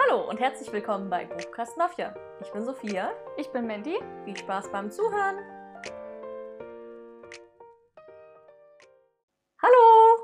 Hallo und herzlich willkommen bei Buchkasten Mafia. Ich bin Sophia. Ich bin Mandy. Viel Spaß beim Zuhören. Hallo!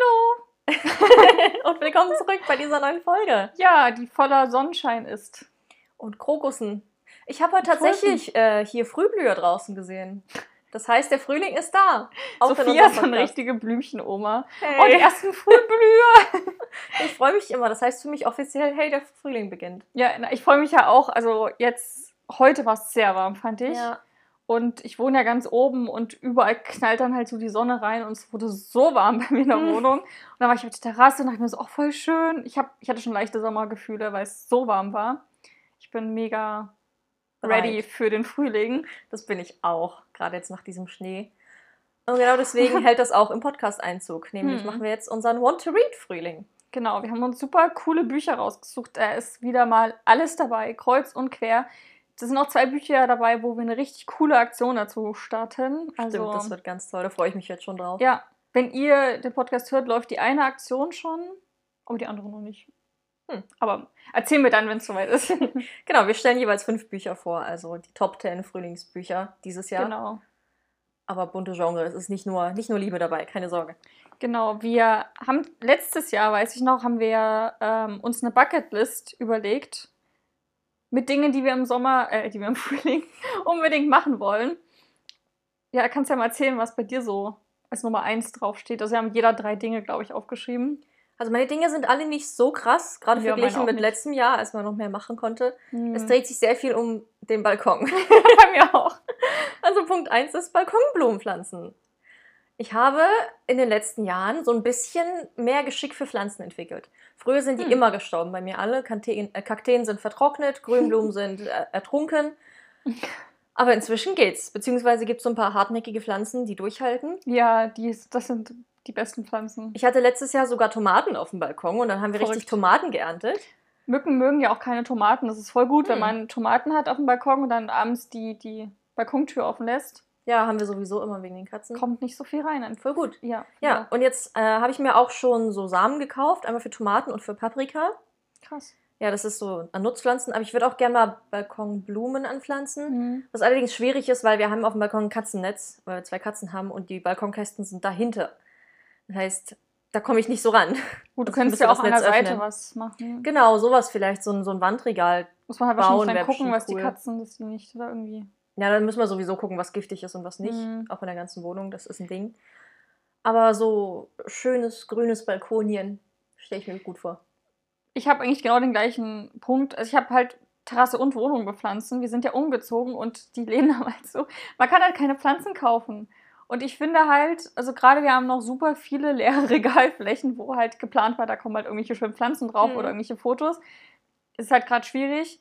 Hallo! Und willkommen zurück bei dieser neuen Folge. Ja, die voller Sonnenschein ist. Und Krokussen. Ich habe heute tatsächlich hier Frühblüher draußen gesehen. Das heißt, der Frühling ist da. Sophia ist so eine richtige Blümchenoma. Hey. Oh, die ersten Frühblüher! Ich freue mich immer. Das heißt für mich offiziell, hey, der Frühling beginnt. Ja, ich freue mich ja auch. Also heute war es sehr warm, fand ich. Ja. Und ich wohne ja ganz oben und überall knallt dann halt so die Sonne rein und es wurde so warm bei mir in der Wohnung. Und dann war ich auf der Terrasse und dachte mir so, oh, voll schön. Ich hatte schon leichte Sommergefühle, weil es so warm war. Ich bin mega ready für den Frühling. Das bin ich auch, gerade jetzt nach diesem Schnee. Und genau deswegen hält das auch im Podcast Einzug. Nämlich machen wir jetzt unseren Want-to-Read-Frühling. Genau, wir haben uns super coole Bücher rausgesucht. Da ist wieder mal alles dabei, kreuz und quer. Es sind auch 2 Bücher dabei, wo wir eine richtig coole Aktion dazu starten. Stimmt, das wird ganz toll. Da freue ich mich jetzt schon drauf. Ja, wenn ihr den Podcast hört, läuft die eine Aktion schon, aber die andere noch nicht. Aber erzählen wir dann, wenn es soweit ist. Genau, wir stellen jeweils 5 Bücher vor, also die Top 10 Frühlingsbücher dieses Jahr. Genau. Aber bunte Genre, es ist nicht nur Liebe dabei, keine Sorge. Genau, wir haben letztes Jahr, weiß ich noch, haben wir uns eine Bucketlist überlegt mit Dingen, die wir im Frühling unbedingt machen wollen. Ja, kannst ja mal erzählen, was bei dir so als Nummer 1 draufsteht. Also wir haben jeder 3 Dinge, glaube ich, aufgeschrieben. Also meine Dinge sind alle nicht so krass, gerade verglichen mit letztem Jahr, als man noch mehr machen konnte. Es dreht sich sehr viel um den Balkon. Bei mir auch. Also Punkt 1 ist Balkonblumenpflanzen. Ich habe in den letzten Jahren so ein bisschen mehr Geschick für Pflanzen entwickelt. Früher sind die immer gestorben bei mir alle. Kakteen sind vertrocknet, Grünblumen sind ertrunken. Aber inzwischen geht's. Beziehungsweise gibt es so ein paar hartnäckige Pflanzen, die durchhalten. Ja, das sind die besten Pflanzen. Ich hatte letztes Jahr sogar Tomaten auf dem Balkon und dann haben wir richtig Tomaten geerntet. Mücken mögen ja auch keine Tomaten. Das ist voll gut, wenn man Tomaten hat auf dem Balkon und dann abends die Balkontür offen lässt. Ja, haben wir sowieso immer wegen den Katzen. Kommt nicht so viel rein. Voll gut. Ja, ja. Und jetzt habe ich mir auch schon so Samen gekauft, einmal für Tomaten und für Paprika. Krass. Ja, das ist so an Nutzpflanzen. Aber ich würde auch gerne mal Balkonblumen anpflanzen. Was allerdings schwierig ist, weil wir haben auf dem Balkon ein Katzennetz, weil wir 2 Katzen haben und die Balkonkästen sind dahinter. Das heißt, da komme ich nicht so ran. Gut, du könntest ja auch an der Seite was machen. Genau, sowas vielleicht, so ein Wandregal. Muss man halt wahrscheinlich dann gucken, was die Katzen, dass die nicht da irgendwie... Ja, dann müssen wir sowieso gucken, was giftig ist und was nicht. Auch in der ganzen Wohnung, das ist ein Ding. Aber so schönes, grünes Balkonien stelle ich mir gut vor. Ich habe eigentlich genau den gleichen Punkt. Also ich habe halt Terrasse und Wohnung bepflanzen. Wir sind ja umgezogen und die Läden haben halt so... Man kann halt keine Pflanzen kaufen. Und ich finde halt, also gerade wir haben noch super viele leere Regalflächen, wo halt geplant war, da kommen halt irgendwelche schönen Pflanzen drauf oder irgendwelche Fotos. Ist halt gerade schwierig.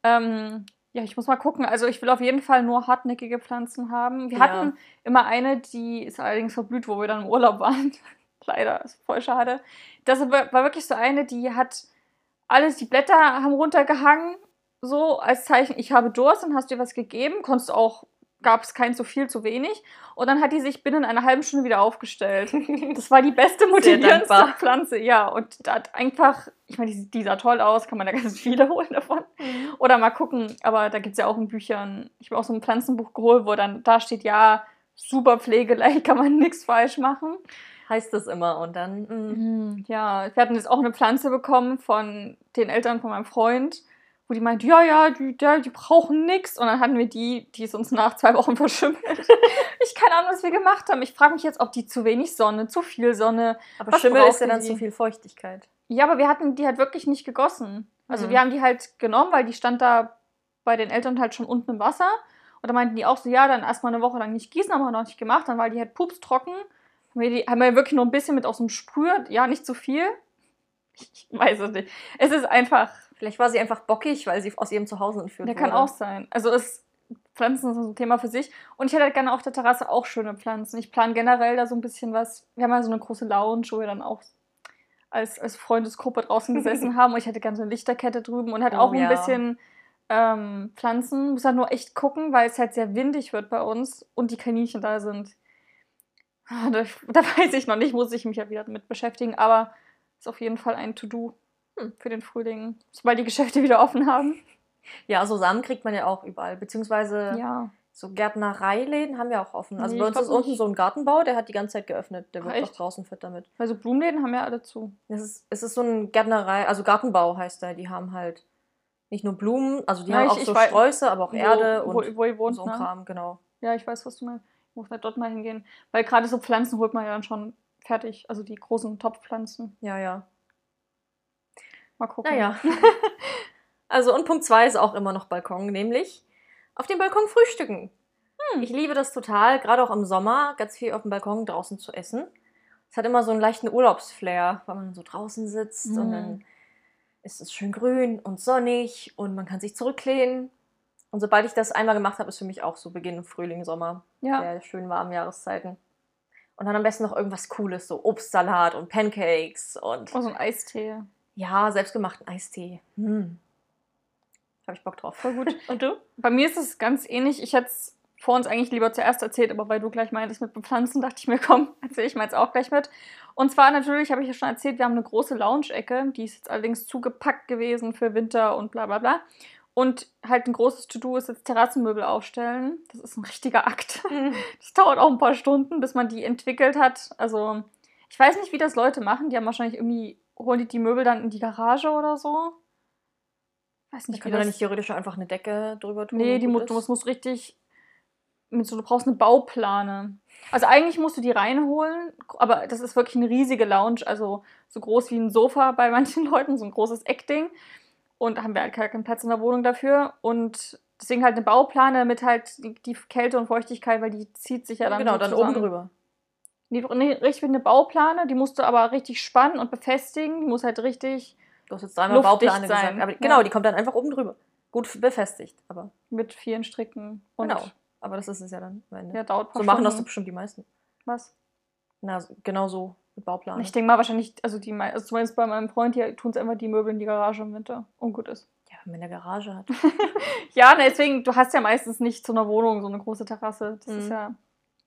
Ja, ich muss mal gucken. Also ich will auf jeden Fall nur hartnäckige Pflanzen haben. Wir hatten immer eine, die ist allerdings verblüht, wo wir dann im Urlaub waren. Leider, ist voll schade. Das war wirklich so eine, die hat alles, die Blätter haben runtergehangen, so als Zeichen, ich habe Durst, dann hast du ihr was gegeben, gab es kein zu viel, zu wenig. Und dann hat die sich binnen einer halben Stunde wieder aufgestellt. Das war die beste, motivierendste Pflanze. Ja, und da hat einfach, ich meine, die sah toll aus, kann man da ganz viele holen davon. Oder mal gucken, aber da gibt es ja auch in Büchern, ich habe auch so ein Pflanzenbuch geholt, wo dann da steht, ja, super pflegeleicht, kann man nichts falsch machen. Heißt das immer und dann... Ja, wir hatten jetzt auch eine Pflanze bekommen von den Eltern von meinem Freund, wo die meint, die brauchen nichts. Und dann hatten wir die ist uns nach 2 Wochen verschimmelt. Ich keine Ahnung, was wir gemacht haben. Ich frage mich jetzt, ob die zu wenig Sonne, zu viel Sonne. Aber Schimmel ist ja dann zu viel Feuchtigkeit. Ja, aber wir hatten die halt wirklich nicht gegossen. Also wir haben die halt genommen, weil die stand da bei den Eltern halt schon unten im Wasser. Und da meinten die auch so, ja, dann erstmal eine Woche lang nicht gießen, haben wir noch nicht gemacht. Dann war die halt pupstrocken. Haben wir wirklich nur ein bisschen mit aus dem Sprüher, ja, nicht zu viel. Ich weiß es nicht. Es ist einfach... Vielleicht war sie einfach bockig, weil sie aus ihrem Zuhause entführt wurde. Kann auch sein. Also Pflanzen sind so ein Thema für sich. Und ich hätte halt gerne auf der Terrasse auch schöne Pflanzen. Ich plane generell da so ein bisschen was. Wir haben ja so eine große Lounge, wo wir dann auch als Freundesgruppe draußen gesessen haben. Und ich hätte gerne so eine Lichterkette drüben und halt auch ein bisschen Pflanzen. Muss halt nur echt gucken, weil es halt sehr windig wird bei uns und die Kaninchen da sind. Da weiß ich noch nicht, muss ich mich ja wieder damit beschäftigen. Aber ist auf jeden Fall ein To-Do. für den Frühling, sobald die Geschäfte wieder offen haben. Ja, so Samen kriegt man ja auch überall. Beziehungsweise Ja. so Gärtnereiläden haben wir auch offen. Also Nee, bei ich uns glaub ist unten nicht. so ein Gartenbau, der hat die ganze Zeit geöffnet. Der wird Echt? doch draußen fit damit. Also Blumenläden haben ja alle zu. Es ist so ein Gärtnerei, also Gartenbau heißt der. Die haben halt nicht nur Blumen, also die Ja, haben ich- auch ich so wei- Sträuße, aber auch Erde wo und ihr wohnt, so ein ne? Kram, genau. Ja, ich weiß, was du meinst. Ich muss halt dort mal hingehen. Weil gerade so Pflanzen holt man ja dann schon fertig. Also die großen Topfpflanzen. Ja, ja. Mal gucken. Naja. Also und Punkt 2 ist auch immer noch Balkon, nämlich auf dem Balkon frühstücken. Ich liebe das total, gerade auch im Sommer, ganz viel auf dem Balkon draußen zu essen. Es hat immer so einen leichten Urlaubsflair, weil man so draußen sitzt und dann ist es schön grün und sonnig und man kann sich zurücklehnen. Und sobald ich das einmal gemacht habe, ist für mich auch so Beginn Frühling, Sommer, Ja. der schönen warmen Jahreszeiten. Und dann am besten noch irgendwas Cooles, so Obstsalat und Pancakes und Oh, so ein Eistee. ja, selbstgemachten Eistee. Habe ich Bock drauf. Voll gut. Und du? Bei mir ist es ganz ähnlich. Ich hätte es vor uns eigentlich lieber zuerst erzählt, aber weil du gleich meintest mit Bepflanzen, dachte ich mir, komm, erzähle ich mal jetzt auch gleich mit. Und zwar natürlich, habe ich ja schon erzählt, wir haben eine große Lounge-Ecke, die ist jetzt allerdings zugepackt gewesen für Winter und bla bla bla. Und halt ein großes To-Do ist jetzt Terrassenmöbel aufstellen. Das ist ein richtiger Akt. Das dauert auch ein paar Stunden, bis man die entwickelt hat. Also, ich weiß nicht, wie das Leute machen. Die haben wahrscheinlich irgendwie, holen die Möbel dann in die Garage oder so. Weiß Da nicht, kann man da nicht theoretisch einfach eine Decke drüber tun? Nee, und gut du ist? musst richtig. Du brauchst eine Bauplane. Also eigentlich musst du die reinholen, aber das ist wirklich eine riesige Lounge, also so groß wie ein Sofa bei manchen Leuten, so ein großes Eckding. Und da haben wir halt keinen Platz in der Wohnung dafür. Und deswegen halt eine Bauplane, damit halt die Kälte und Feuchtigkeit, weil die zieht sich ja dann Genau, so dann zusammen. oben drüber. Nee, richtig wie eine Bauplane, die musst du aber richtig spannen und befestigen. Die muss halt richtig Du hast jetzt dreimal luftdicht Bauplane sein. gesagt. Aber Ja. genau, die kommt dann einfach oben drüber. Gut befestigt, aber mit vielen Stricken. Und genau. Aber das ist es ja dann am Ende. Ja, dauert ein paar So machen das Stunden. doch bestimmt die meisten. Was? Na, genau so mit Bauplane. Ich denke mal wahrscheinlich, also zumindest bei meinem Freund, die tun es einfach die Möbel in die Garage im Winter. Und gut ist. Ja, wenn man eine Garage hat. Ja, deswegen, du hast ja meistens nicht zu einer Wohnung so eine große Terrasse. Das ist ja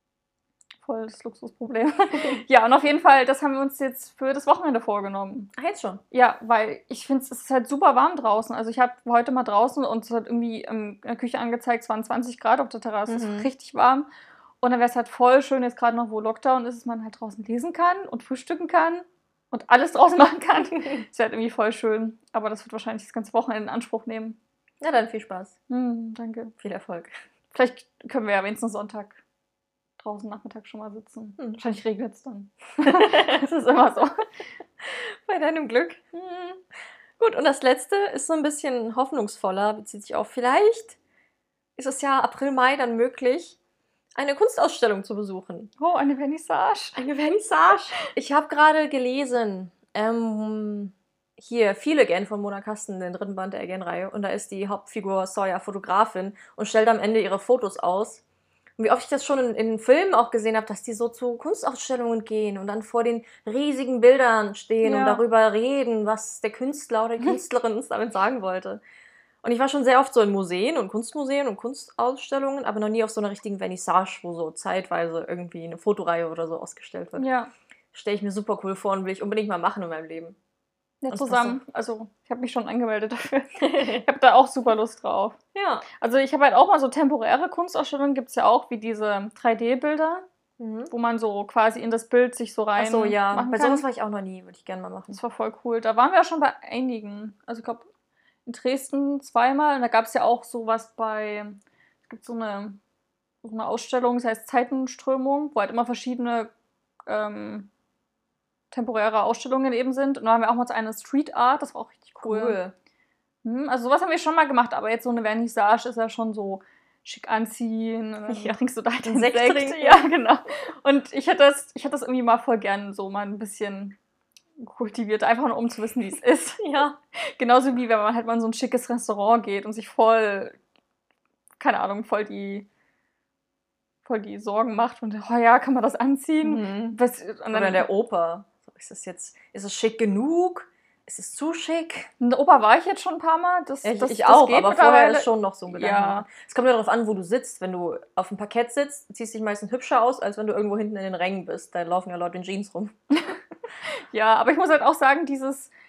voll das Luxusproblem. Ja, und auf jeden Fall, das haben wir uns jetzt für das Wochenende vorgenommen. Ach, jetzt schon? Ja, weil ich finde, es ist halt super warm draußen. Also ich habe heute mal draußen und es hat irgendwie in der Küche angezeigt, es waren 20 Grad auf der Terrasse. Es ist richtig warm. Und dann wäre es halt voll schön, jetzt gerade noch, wo Lockdown ist, dass man halt draußen lesen kann und frühstücken kann und alles draußen machen kann. Das wäre halt irgendwie voll schön. Aber das wird wahrscheinlich das ganze Wochenende in Anspruch nehmen. Ja, dann viel Spaß. Danke. Viel Erfolg. Vielleicht können wir ja wenigstens Sonntag draußen Nachmittag schon mal sitzen. Wahrscheinlich regnet es dann. Das ist immer so. Bei deinem Glück. Gut, und das letzte ist so ein bisschen hoffnungsvoller, bezieht sich auf vielleicht ist es ja April, Mai dann möglich, eine Kunstausstellung zu besuchen. Oh, eine Vernissage. Eine Vernissage. Ich habe gerade gelesen, hier Feel Again von Mona Kasten, den dritten Band der Again-Reihe. Und da ist die Hauptfigur Sawyer Fotografin und stellt am Ende ihre Fotos aus. Und wie oft ich das schon in Filmen auch gesehen habe, dass die so zu Kunstausstellungen gehen und dann vor den riesigen Bildern stehen und darüber reden, was der Künstler oder die Künstlerin uns damit sagen wollte. Und ich war schon sehr oft so in Museen und Kunstmuseen und Kunstausstellungen, aber noch nie auf so einer richtigen Vernissage, wo so zeitweise irgendwie eine Fotoreihe oder so ausgestellt wird. Ja. Stelle ich mir super cool vor und will ich unbedingt mal machen in meinem Leben. Ja, Und zusammen. Also, ich habe mich schon angemeldet dafür. Ich habe da auch super Lust drauf. Ja. Also, ich habe halt auch mal so temporäre Kunstausstellungen, gibt es ja auch, wie diese 3D-Bilder, wo man so quasi in das Bild sich so rein Ach so, ja. machen Bei kann. sowas war ich auch noch nie, würde ich gerne mal machen. Das war voll cool. Da waren wir ja schon bei einigen. Also, ich glaube, in Dresden zweimal. Und da gab es ja auch sowas es gibt so eine Ausstellung, das heißt Zeitenströmung, wo halt immer verschiedene temporäre Ausstellungen eben sind. Und da haben wir auch mal so eine Street Art, das war auch richtig cool. Also sowas haben wir schon mal gemacht, aber jetzt so eine Vernissage ist ja schon so schick anziehen, und dann trinkst du da halt den Sekt Sekt. trinken. Ja, genau. Und ich hätte das irgendwie mal voll gern so mal ein bisschen kultiviert, einfach nur um zu wissen, wie es ist. Ja. Genauso wie wenn man halt mal in so ein schickes Restaurant geht und sich voll, keine Ahnung, voll die Sorgen macht und oh ja, kann man das anziehen? Und dann, Oder in der Oper. So, ist es schick genug? Ist es zu schick? in der Oper war ich jetzt schon ein paar Mal. Ich auch, geht aber vorher ist schon noch so ein Gedanke. Ja. Es kommt ja darauf an, wo du sitzt. Wenn du auf dem Parkett sitzt, ziehst du dich meistens hübscher aus, als wenn du irgendwo hinten in den Rängen bist. Da laufen ja Leute in Jeans rum. Ja, aber ich muss halt auch sagen, dieses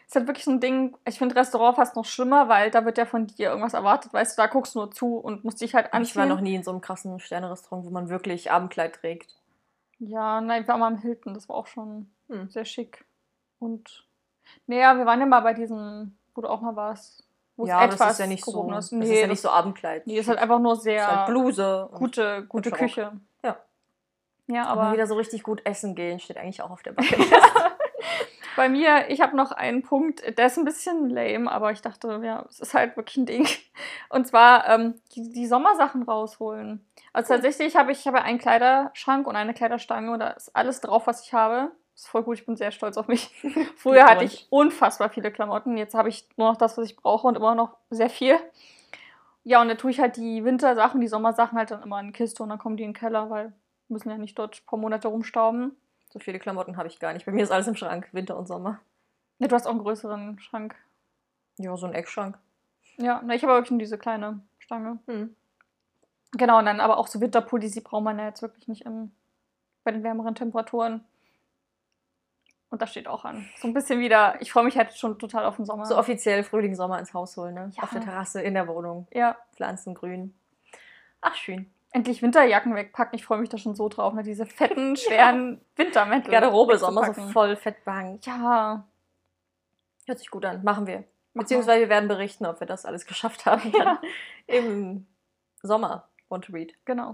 ist halt wirklich so ein Ding, ich finde Restaurant fast noch schlimmer, weil da wird ja von dir irgendwas erwartet, weißt du, da guckst du nur zu und musst dich halt anziehen. Ich war noch nie in so einem krassen Sterne-Restaurant, wo man wirklich Abendkleid trägt. Ja, nein, wir waren mal im Hilton, das war auch schon sehr schick. Und, naja, wir waren ja mal bei diesem, wo du auch mal warst, wo Ja, es aber etwas das ist ja nicht so, gehoben das ist ja nicht so Abendkleid. Nee, ist halt einfach nur sehr ist halt Bluse. gute und Küche. Ja. Ja, Aber aber wieder so richtig gut essen gehen, steht eigentlich auch auf der Bucketlist. bei mir, ich habe noch einen Punkt, der ist ein bisschen lame, aber ich dachte, ja, es ist halt wirklich ein Ding. Und zwar die Sommersachen rausholen. Also tatsächlich habe ich einen Kleiderschrank und eine Kleiderstange und da ist alles drauf, was ich habe. Das ist voll gut, ich bin sehr stolz auf mich. Früher hatte ich unfassbar viele Klamotten, jetzt habe ich nur noch das, was ich brauche und immer noch sehr viel. Ja, und da tue ich halt die Wintersachen, die Sommersachen halt dann immer in eine Kiste und dann kommen die in den Keller, weil wir müssen ja nicht dort ein paar Monate rumstauben. So viele Klamotten habe ich gar nicht. Bei mir ist alles im Schrank, Winter und Sommer. Ja, du hast auch einen größeren Schrank. Ja, so ein Eckschrank. Ja, ich habe wirklich nur diese kleine Stange. Genau, und dann aber auch so Winterpullis, die braucht man ja jetzt wirklich nicht bei den wärmeren Temperaturen. Und das steht auch an. So ein bisschen wieder, ich freue mich halt schon total auf den Sommer. So offiziell Frühling, Sommer ins Haus holen, ne? Ja. Auf der Terrasse, in der Wohnung. Ja. Pflanzen, grün. Ach, schön. Endlich Winterjacken wegpacken, ich freue mich da schon so drauf, ne? Diese fetten, schweren Wintermäntel. Garderobe Sommer so voll fett behangen. Ja. Hört sich gut an, machen wir. Beziehungsweise wir werden berichten, ob wir das alles geschafft haben. Dann im Sommer. Want to read. Genau.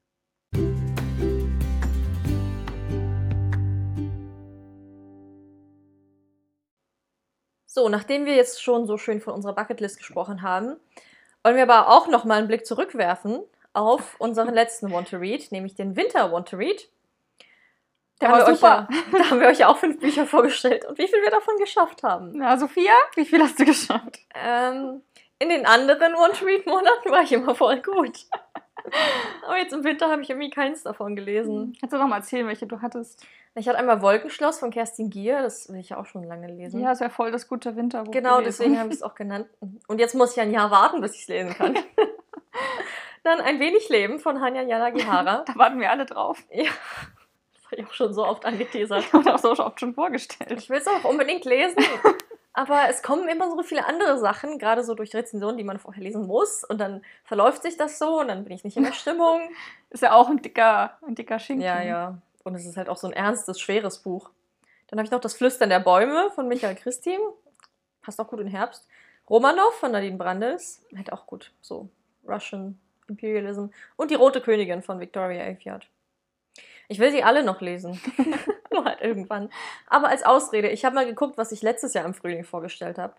So, nachdem wir jetzt schon so schön von unserer Bucketlist gesprochen haben, wollen wir aber auch nochmal einen Blick zurückwerfen auf unseren letzten Want to Read, nämlich den Winter Want to Read. Der war super. Da haben wir euch ja auch 5 Bücher vorgestellt und wie viel wir davon geschafft haben. Na, Sophia, wie viel hast du geschafft? In den anderen Want to Read Monaten war ich immer voll gut. Aber jetzt im Winter habe ich irgendwie keins davon gelesen. Kannst du noch mal erzählen, welche du hattest? Ich hatte einmal Wolkenschloss von Kerstin Gier, das will ich ja auch schon lange lesen. Ja, das wäre voll das gute Winterbuch. Genau, deswegen habe ich es auch genannt. Und jetzt muss ich ein Jahr warten, bis ich es lesen kann. Dann Ein wenig Leben von Hanya Yanagihara. Da warten wir alle drauf. Ja, das habe ich auch schon so oft angeteasert. Und auch so oft schon vorgestellt. Ich will es auch unbedingt lesen, aber es kommen immer so viele andere Sachen, gerade so durch Rezensionen, die man vorher lesen muss. Und dann verläuft sich das so und dann bin ich nicht in der Stimmung. Ist ja auch ein dicker Schinken. Ja. Und es ist halt auch so ein ernstes, schweres Buch. Dann habe ich noch Das Flüstern der Bäume von Michael Christin. Passt auch gut in Herbst. Romanov von Nadine Brandes. Halt auch gut. So Russian Imperialism. Und Die Rote Königin von Victoria Aveyard. Ich will sie alle noch lesen. Nur halt irgendwann. Aber als Ausrede. Ich habe mal geguckt, was ich letztes Jahr im Frühling vorgestellt habe.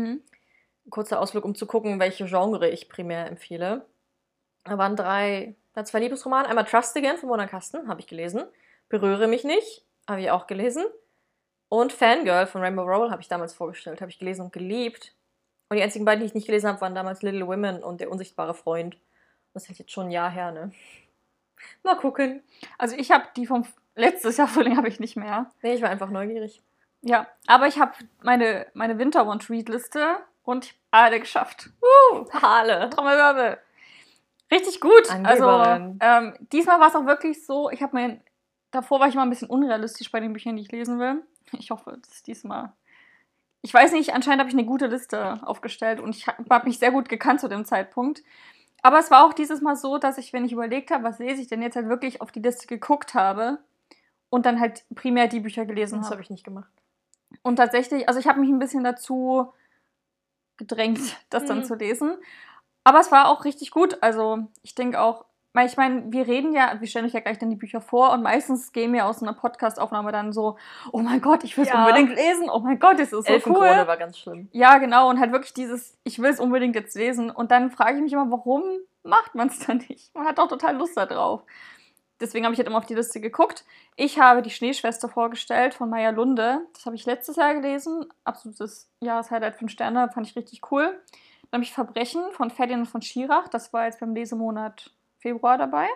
Kurzer Ausflug, um zu gucken, welche Genre ich primär empfehle. Da waren 2 Liebesromane. Einmal Trust Again von Mona Kasten, habe ich gelesen. Berühre mich nicht, habe ich auch gelesen. Und Fangirl von Rainbow Rowell habe ich damals vorgestellt, habe ich gelesen und geliebt. Und die einzigen beiden, die ich nicht gelesen habe, waren damals Little Women und Der unsichtbare Freund. Das ist halt jetzt schon ein Jahr her, ne? Mal gucken. Also ich habe die vom letztes Jahr Frühling habe ich nicht mehr. Nee, ich war einfach neugierig. Ja, aber ich habe meine Winter Want to Read Liste und ich habe alle geschafft. Alle. Trommelwirbel. Richtig gut. Angeberin. Also diesmal war es auch wirklich so, davor war ich mal ein bisschen unrealistisch bei den Büchern, die ich lesen will. Ich hoffe, dass diesmal... Ich weiß nicht, anscheinend habe ich eine gute Liste aufgestellt und ich habe mich sehr gut gekannt zu dem Zeitpunkt. Aber es war auch dieses Mal so, dass ich, wenn ich überlegt habe, was lese ich denn jetzt, halt wirklich auf die Liste geguckt habe und dann halt primär die Bücher gelesen habe. Das habe ich nicht gemacht. Und tatsächlich, also ich habe mich ein bisschen dazu gedrängt, das dann zu lesen. Aber es war auch richtig gut. Also ich denke auch, ich meine, wir stellen euch ja gleich dann die Bücher vor und meistens gehen wir aus einer Podcast-Aufnahme dann so, oh mein Gott, ich will es unbedingt lesen, oh mein Gott, das ist so Elfenkrone cool. war ganz schlimm. Ja, genau, und halt wirklich dieses, ich will es unbedingt jetzt lesen. Und dann frage ich mich immer, warum macht man es dann nicht? Man hat doch total Lust da drauf. Deswegen habe ich halt immer auf die Liste geguckt. Ich habe Die Schneeschwester vorgestellt von Maya Lunde. Das habe ich letztes Jahr gelesen. Absolutes Jahreshighlight, 5 Sterne, fand ich richtig cool. Dann habe ich Verbrechen von Ferdinand von Schirach. Das war jetzt beim Lesemonat Februar dabei.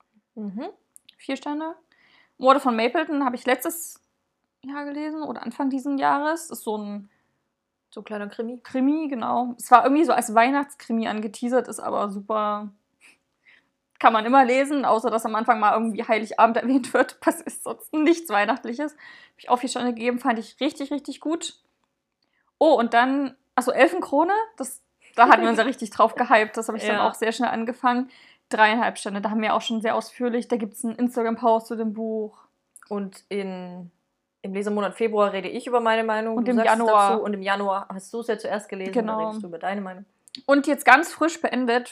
4 Sterne. Morde von Mapleton habe ich letztes Jahr gelesen oder Anfang diesen Jahres. Das ist so ein kleiner Krimi. Krimi, genau. Es war irgendwie so als Weihnachtskrimi angeteasert, ist aber super... Kann man immer lesen, außer dass am Anfang mal irgendwie Heiligabend erwähnt wird. Das ist sonst nichts Weihnachtliches. Habe ich auch 4 Sterne gegeben, fand ich richtig, richtig gut. Oh, und dann, achso, Elfenkrone, da hatten wir uns ja richtig drauf gehypt. Das habe ich dann Ja. auch sehr schnell angefangen. 3,5 Sterne, da haben wir auch schon sehr ausführlich. Da gibt es einen Instagram-Post zu dem Buch. Und im Lesemonat Februar rede ich über meine Meinung. Und du im sagst Januar. dazu. Und im Januar hast du es ja zuerst gelesen. Genau. Dann redest du über deine Meinung. Und jetzt ganz frisch beendet,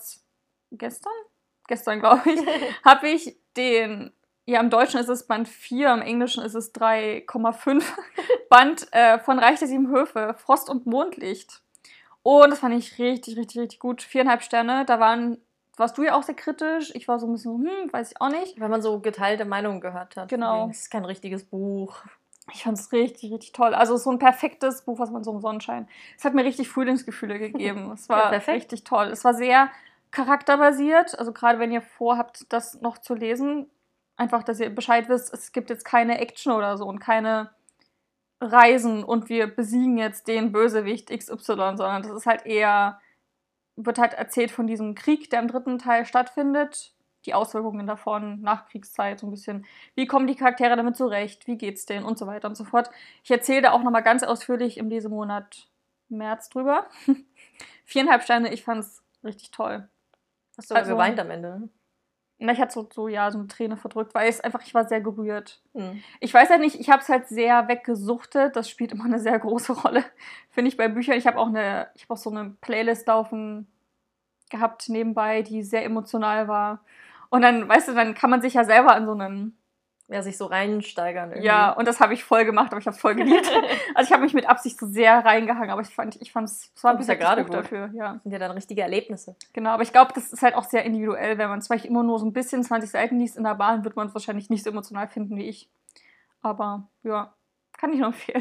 gestern glaube ich, habe ich ja, im Deutschen ist es Band 4, im Englischen ist es 3,5 Band von Reich der 7 Höfe, Frost und Mondlicht. Und das fand ich richtig, richtig, richtig gut. 4,5 Sterne. Warst du ja auch sehr kritisch. Ich war so ein bisschen, weiß ich auch nicht. Weil man so geteilte Meinungen gehört hat. Genau. Es ist kein richtiges Buch. Ich fand es richtig, richtig toll. Also so ein perfektes Buch, was man so im Sonnenschein. Es hat mir richtig Frühlingsgefühle gegeben. Es war richtig toll. Es war sehr charakterbasiert. Also gerade wenn ihr vorhabt, das noch zu lesen, einfach, dass ihr Bescheid wisst, es gibt jetzt keine Action oder so und keine Reisen und wir besiegen jetzt den Bösewicht XY, sondern das ist halt wird halt erzählt von diesem Krieg, der im 3. Teil stattfindet, die Auswirkungen davon, Nachkriegszeit, so ein bisschen, wie kommen die Charaktere damit zurecht, wie geht's denen und so weiter und so fort. Ich erzähle da auch nochmal ganz ausführlich im Lesemonat März drüber. 4,5 Sterne, ich fand's richtig toll. Hast du also geweint am Ende, ne? Na, ich hatte so eine Träne verdrückt, weil ich war sehr gerührt. Ich weiß halt nicht, ich habe es halt sehr weggesuchtet. Das spielt immer eine sehr große Rolle, finde ich, bei Büchern. Ich habe auch so eine Playlist laufen gehabt nebenbei, die sehr emotional war. Und dann, weißt du, dann kann man sich ja selber an so einen... Ja, sich so reinsteigern irgendwie. Ja, und das habe ich voll gemacht, aber ich habe es voll geliebt. Also ich habe mich mit Absicht so sehr reingehangen, aber ich fand es war ein bisschen gerade gut dafür. Ja. Das sind ja dann richtige Erlebnisse. Genau, aber ich glaube, das ist halt auch sehr individuell. Wenn man zum Beispiel immer nur so ein bisschen 20 Seiten liest in der Bahn, wird man es wahrscheinlich nicht so emotional finden wie ich. Aber ja, kann ich nur empfehlen.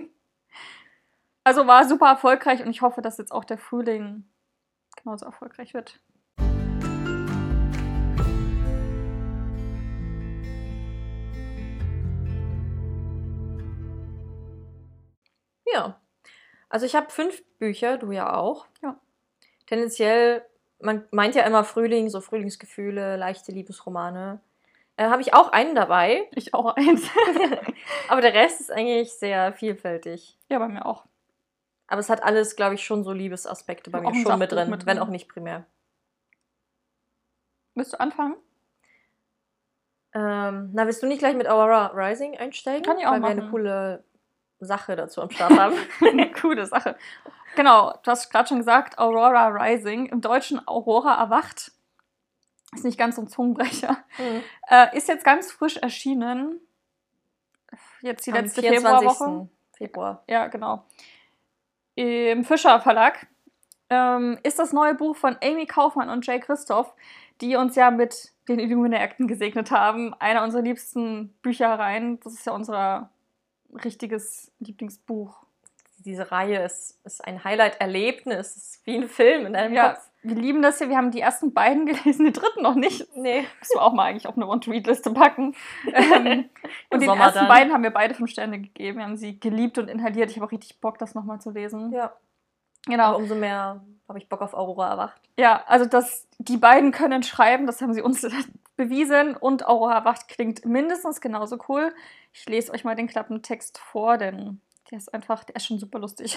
Also war super erfolgreich und ich hoffe, dass jetzt auch der Frühling genauso erfolgreich wird. Ja. Also ich habe 5 Bücher, du ja auch. Ja. Tendenziell, man meint ja immer Frühling, so Frühlingsgefühle, leichte Liebesromane. Habe ich auch einen dabei. Ich auch eins. Aber der Rest ist eigentlich sehr vielfältig. Ja, bei mir auch. Aber es hat alles, glaube ich, schon so Liebesaspekte bei mir schon mit drin, wenn auch nicht primär. Willst du anfangen? Willst du nicht gleich mit Aurora Rising einsteigen? Kann ich auch weil machen. Wir eine coole Sache dazu am Start haben. Eine coole Sache. Genau, du hast gerade schon gesagt, Aurora Rising. Im Deutschen Aurora erwacht. Ist nicht ganz so ein Zungenbrecher. Ist jetzt ganz frisch erschienen. Jetzt die letzte Februarwoche. Februar. Ja, genau. Im Fischer Verlag. Ist das neue Buch von Amy Kaufmann und Jay Christoph, die uns ja mit den Illuminaten gesegnet haben. Einer unserer liebsten Büchereien. Das ist ja unser richtiges Lieblingsbuch. Diese Reihe ist ein Highlight-Erlebnis. Es ist wie ein Film in deinem Kopf. Wir lieben das hier. Wir haben die ersten beiden gelesen, den dritten noch nicht. Nee. Müssen wir auch mal eigentlich auf eine Want-to-Read-Liste packen. Und den ersten beiden haben wir beide 5 Sterne gegeben. Wir haben sie geliebt und inhaliert. Ich habe auch richtig Bock, das nochmal zu lesen. Ja. Genau. Aber umso mehr habe ich Bock auf Aurora erwacht. Ja, also die beiden können schreiben, das haben sie uns bewiesen. Und Aurora erwacht klingt mindestens genauso cool. Ich lese euch mal den Klappentext vor, denn der ist schon super lustig.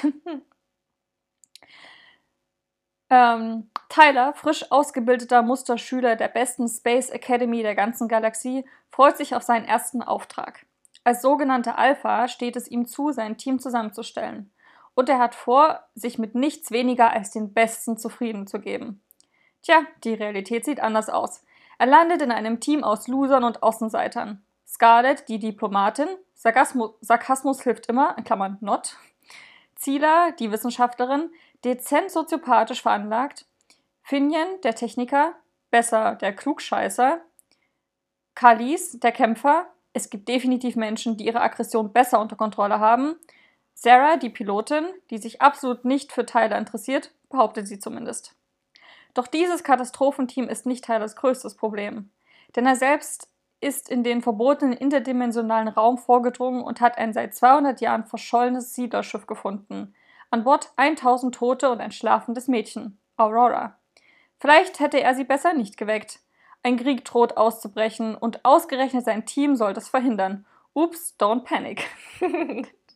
Tyler, frisch ausgebildeter Musterschüler der besten Space Academy der ganzen Galaxie, freut sich auf seinen ersten Auftrag. Als sogenannter Alpha steht es ihm zu, sein Team zusammenzustellen. Und er hat vor, sich mit nichts weniger als den Besten zufrieden zu geben. Tja, die Realität sieht anders aus. Er landet in einem Team aus Losern und Außenseitern. Scarlett, die Diplomatin, Sarkasmus hilft immer, in Klammern not. Zila, die Wissenschaftlerin, dezent soziopathisch veranlagt. Finian, der Techniker, besser der Klugscheißer. Kalis, der Kämpfer. Es gibt definitiv Menschen, die ihre Aggression besser unter Kontrolle haben. Sarah, die Pilotin, die sich absolut nicht für Tyler interessiert, behauptet sie zumindest. Doch dieses Katastrophenteam ist nicht Tylers größtes Problem. Denn er selbst ist in den verbotenen interdimensionalen Raum vorgedrungen und hat ein seit 200 Jahren verschollenes Siedlerschiff gefunden. An Bord 1000 Tote und ein schlafendes Mädchen, Aurora. Vielleicht hätte er sie besser nicht geweckt. Ein Krieg droht auszubrechen und ausgerechnet sein Team soll das verhindern. Ups, don't panic.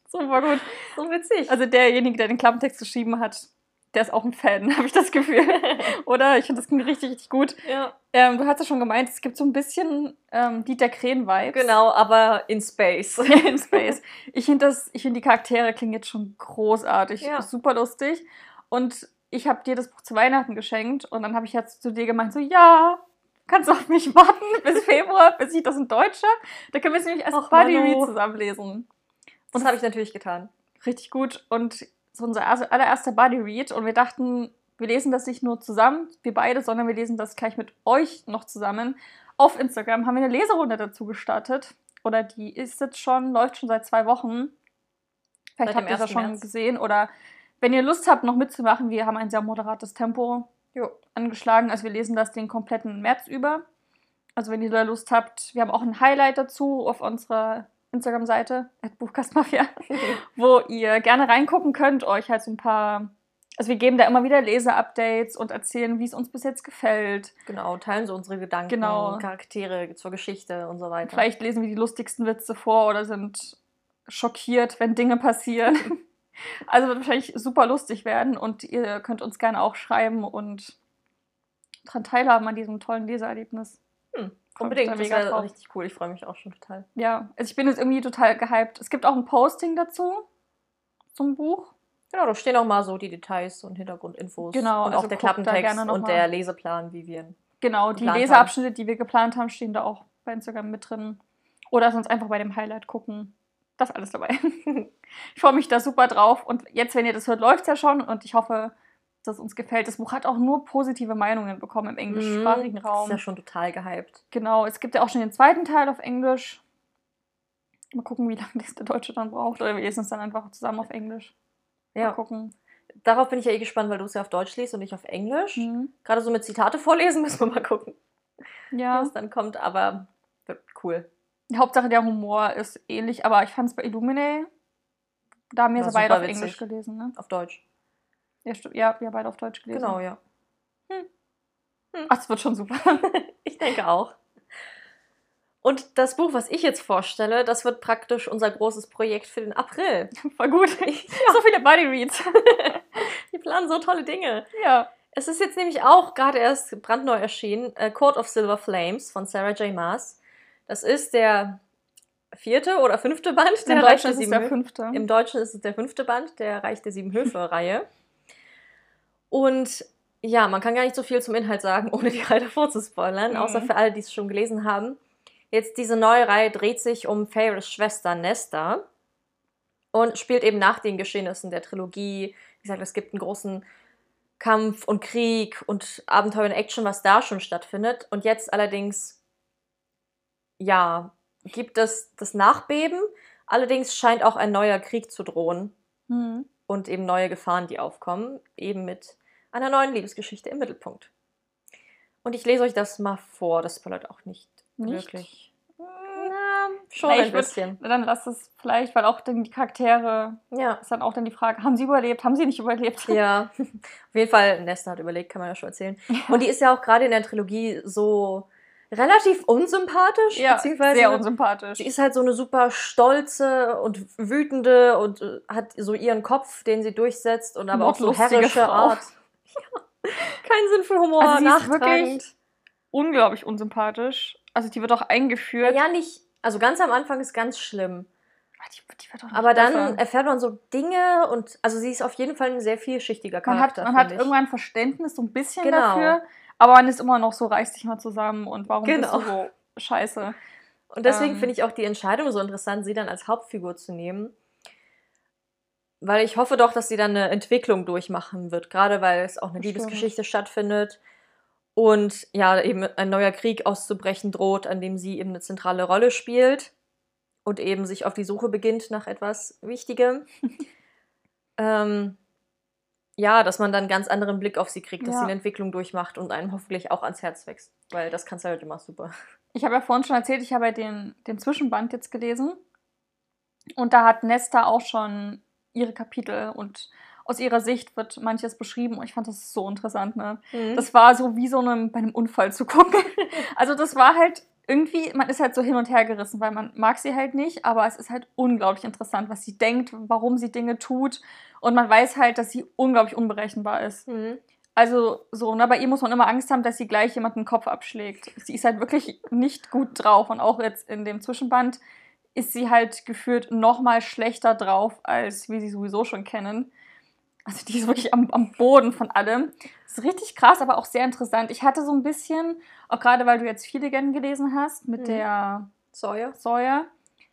Super gut. So witzig. Also derjenige, der den Klappentext geschrieben hat, der ist auch ein Fan, habe ich das Gefühl. Oder? Ich finde, das klingt richtig, richtig gut. Ja. Du hast ja schon gemeint, es gibt so ein bisschen Dieter Krähen-Vibes. Genau, aber in Space. In Space. Ich finde die Charaktere klingen jetzt schon großartig. Ja. Super lustig. Und ich habe dir das Buch zu Weihnachten geschenkt und dann habe ich jetzt zu dir gemeint, so, ja, kannst du auf mich warten bis Februar, bis ich das in Deutsch habe? Da können wir es nämlich erst Buddy Read zusammenlesen. Das habe ich natürlich getan. Richtig gut. Und so unser allererster Buddy Read und wir dachten, wir lesen das nicht nur zusammen, wir beide, sondern wir lesen das gleich mit euch noch zusammen. Auf Instagram haben wir eine Leserunde dazu gestartet. Oder die ist jetzt schon, läuft schon seit 2 Wochen. Vielleicht habt ihr das schon gesehen. Oder wenn ihr Lust habt, noch mitzumachen, wir haben ein sehr moderates Tempo angeschlagen. Also wir lesen das den kompletten März über. Also wenn ihr da Lust habt, wir haben auch ein Highlight dazu auf unserer Instagram-Seite, @buchkastmafia, wo ihr gerne reingucken könnt, euch halt so ein paar, also wir geben da immer wieder Leser-Updates und erzählen, wie es uns bis jetzt gefällt. Genau, teilen so unsere Gedanken, Charaktere zur Geschichte und so weiter. Vielleicht lesen wir die lustigsten Witze vor oder sind schockiert, wenn Dinge passieren. Also wird wahrscheinlich super lustig werden und ihr könnt uns gerne auch schreiben und daran teilhaben an diesem tollen Leseerlebnis. Unbedingt, das wäre richtig cool. Ich freue mich auch schon total. Ja, also ich bin jetzt irgendwie total gehypt. Es gibt auch ein Posting dazu, zum Buch. Genau, da stehen auch mal so die Details und Hintergrundinfos. Genau. Und auch der Klappentext und der Leseplan, wie wir ihn Genau, die Leseabschnitte, die wir geplant haben, stehen da auch bei Instagram mit drin. Oder sonst einfach bei dem Highlight gucken. Das ist alles dabei. Ich freue mich da super drauf. Und jetzt, wenn ihr das hört, läuft es ja schon. Und ich hoffe, dass es uns gefällt. Das Buch hat auch nur positive Meinungen bekommen im englischsprachigen Raum. Ist ja schon total gehypt. Genau, es gibt ja auch schon den zweiten Teil auf Englisch. Mal gucken, wie lange das der Deutsche dann braucht. Oder wir lesen es dann einfach zusammen auf Englisch. Mal gucken. Darauf bin ich ja gespannt, weil du es ja auf Deutsch liest und nicht auf Englisch. Gerade so mit Zitate vorlesen müssen wir mal gucken, wie es dann kommt. Aber wird cool. Die Hauptsache der Humor ist ähnlich. Aber ich fand es bei Illuminae, da haben wir es beide auf Englisch gelesen. Ne? Auf Deutsch. Ja, stimmt. Ja, wir haben beide auf Deutsch gelesen. Genau, ja. Ach, es wird schon super. Ich denke auch. Und das Buch, was ich jetzt vorstelle, das wird praktisch unser großes Projekt für den April. Voll gut. So viele Buddy Reads. Die planen so tolle Dinge. Ja. Es ist jetzt nämlich auch gerade erst brandneu erschienen, Court of Silver Flames von Sarah J. Maas. Das ist der 4. oder 5. Band der Reich der 7 Höfe. Im Deutschen ist es der 5. Band der Reich der 7 Höfe-Reihe. Und ja, man kann gar nicht so viel zum Inhalt sagen, ohne die Reihe davor zu spoilern, außer für alle, die es schon gelesen haben. Jetzt diese neue Reihe dreht sich um Feyres Schwester Nesta und spielt eben nach den Geschehnissen der Trilogie. Wie gesagt, es gibt einen großen Kampf und Krieg und Abenteuer und Action, was da schon stattfindet. Und jetzt allerdings, ja, gibt es das Nachbeben. Allerdings scheint auch ein neuer Krieg zu drohen und eben neue Gefahren, die aufkommen, eben mit einer neuen Liebesgeschichte im Mittelpunkt. Und ich lese euch das mal vor, das spoilert auch nicht wirklich. Na, schon ein bisschen. Dann lasst es vielleicht, weil auch dann die Charaktere, ist dann auch dann die Frage, haben sie überlebt, haben sie nicht überlebt? Ja, auf jeden Fall, Nesta hat überlebt, kann man ja schon erzählen. Ja. Und die ist ja auch gerade in der Trilogie so relativ unsympathisch. Ja, sehr unsympathisch. Sie ist halt so eine super stolze und wütende und hat so ihren Kopf, den sie durchsetzt und aber auch so herrische Art. Ja. Kein Sinn für Humor, also sie ist wirklich unglaublich unsympathisch. Also die wird auch eingeführt. Ja, nicht. Also ganz am Anfang ist ganz schlimm. Die wird auch aber dann erfährt man so Dinge und also sie ist auf jeden Fall ein sehr vielschichtiger Charakter. Man hat irgendwann Verständnis so ein bisschen dafür, aber man ist immer noch so, reiß dich mal zusammen und warum bist du so scheiße. Und deswegen finde ich auch die Entscheidung so interessant, sie dann als Hauptfigur zu nehmen. Weil ich hoffe doch, dass sie dann eine Entwicklung durchmachen wird, gerade weil es auch eine Liebesgeschichte stattfindet und ja, eben ein neuer Krieg auszubrechen droht, an dem sie eben eine zentrale Rolle spielt und eben sich auf die Suche beginnt nach etwas Wichtigem. Ja, dass man dann einen ganz anderen Blick auf sie kriegt, dass sie eine Entwicklung durchmacht und einem hoffentlich auch ans Herz wächst, weil das kannst du halt immer super. Ich habe ja vorhin schon erzählt, ich habe ja den Zwischenband jetzt gelesen und da hat Nesta auch schon ihre Kapitel und aus ihrer Sicht wird manches beschrieben und ich fand das so interessant, ne? Das war so wie bei einem Unfall zu gucken. Also das war halt irgendwie, man ist halt so hin und her gerissen, weil man mag sie halt nicht, aber es ist halt unglaublich interessant, was sie denkt, warum sie Dinge tut. Und man weiß halt, dass sie unglaublich unberechenbar ist. Mhm. Also so, ne, bei ihr muss man immer Angst haben, dass sie gleich jemanden den Kopf abschlägt. Sie ist halt wirklich nicht gut drauf. Und auch jetzt in dem Zwischenband ist sie halt gefühlt noch mal schlechter drauf, als wir sie sowieso schon kennen. Also die ist wirklich am Boden von allem. Das ist richtig krass, aber auch sehr interessant. Ich hatte so ein bisschen, auch gerade weil du jetzt viele Legenden gelesen hast, mit der Sawyer.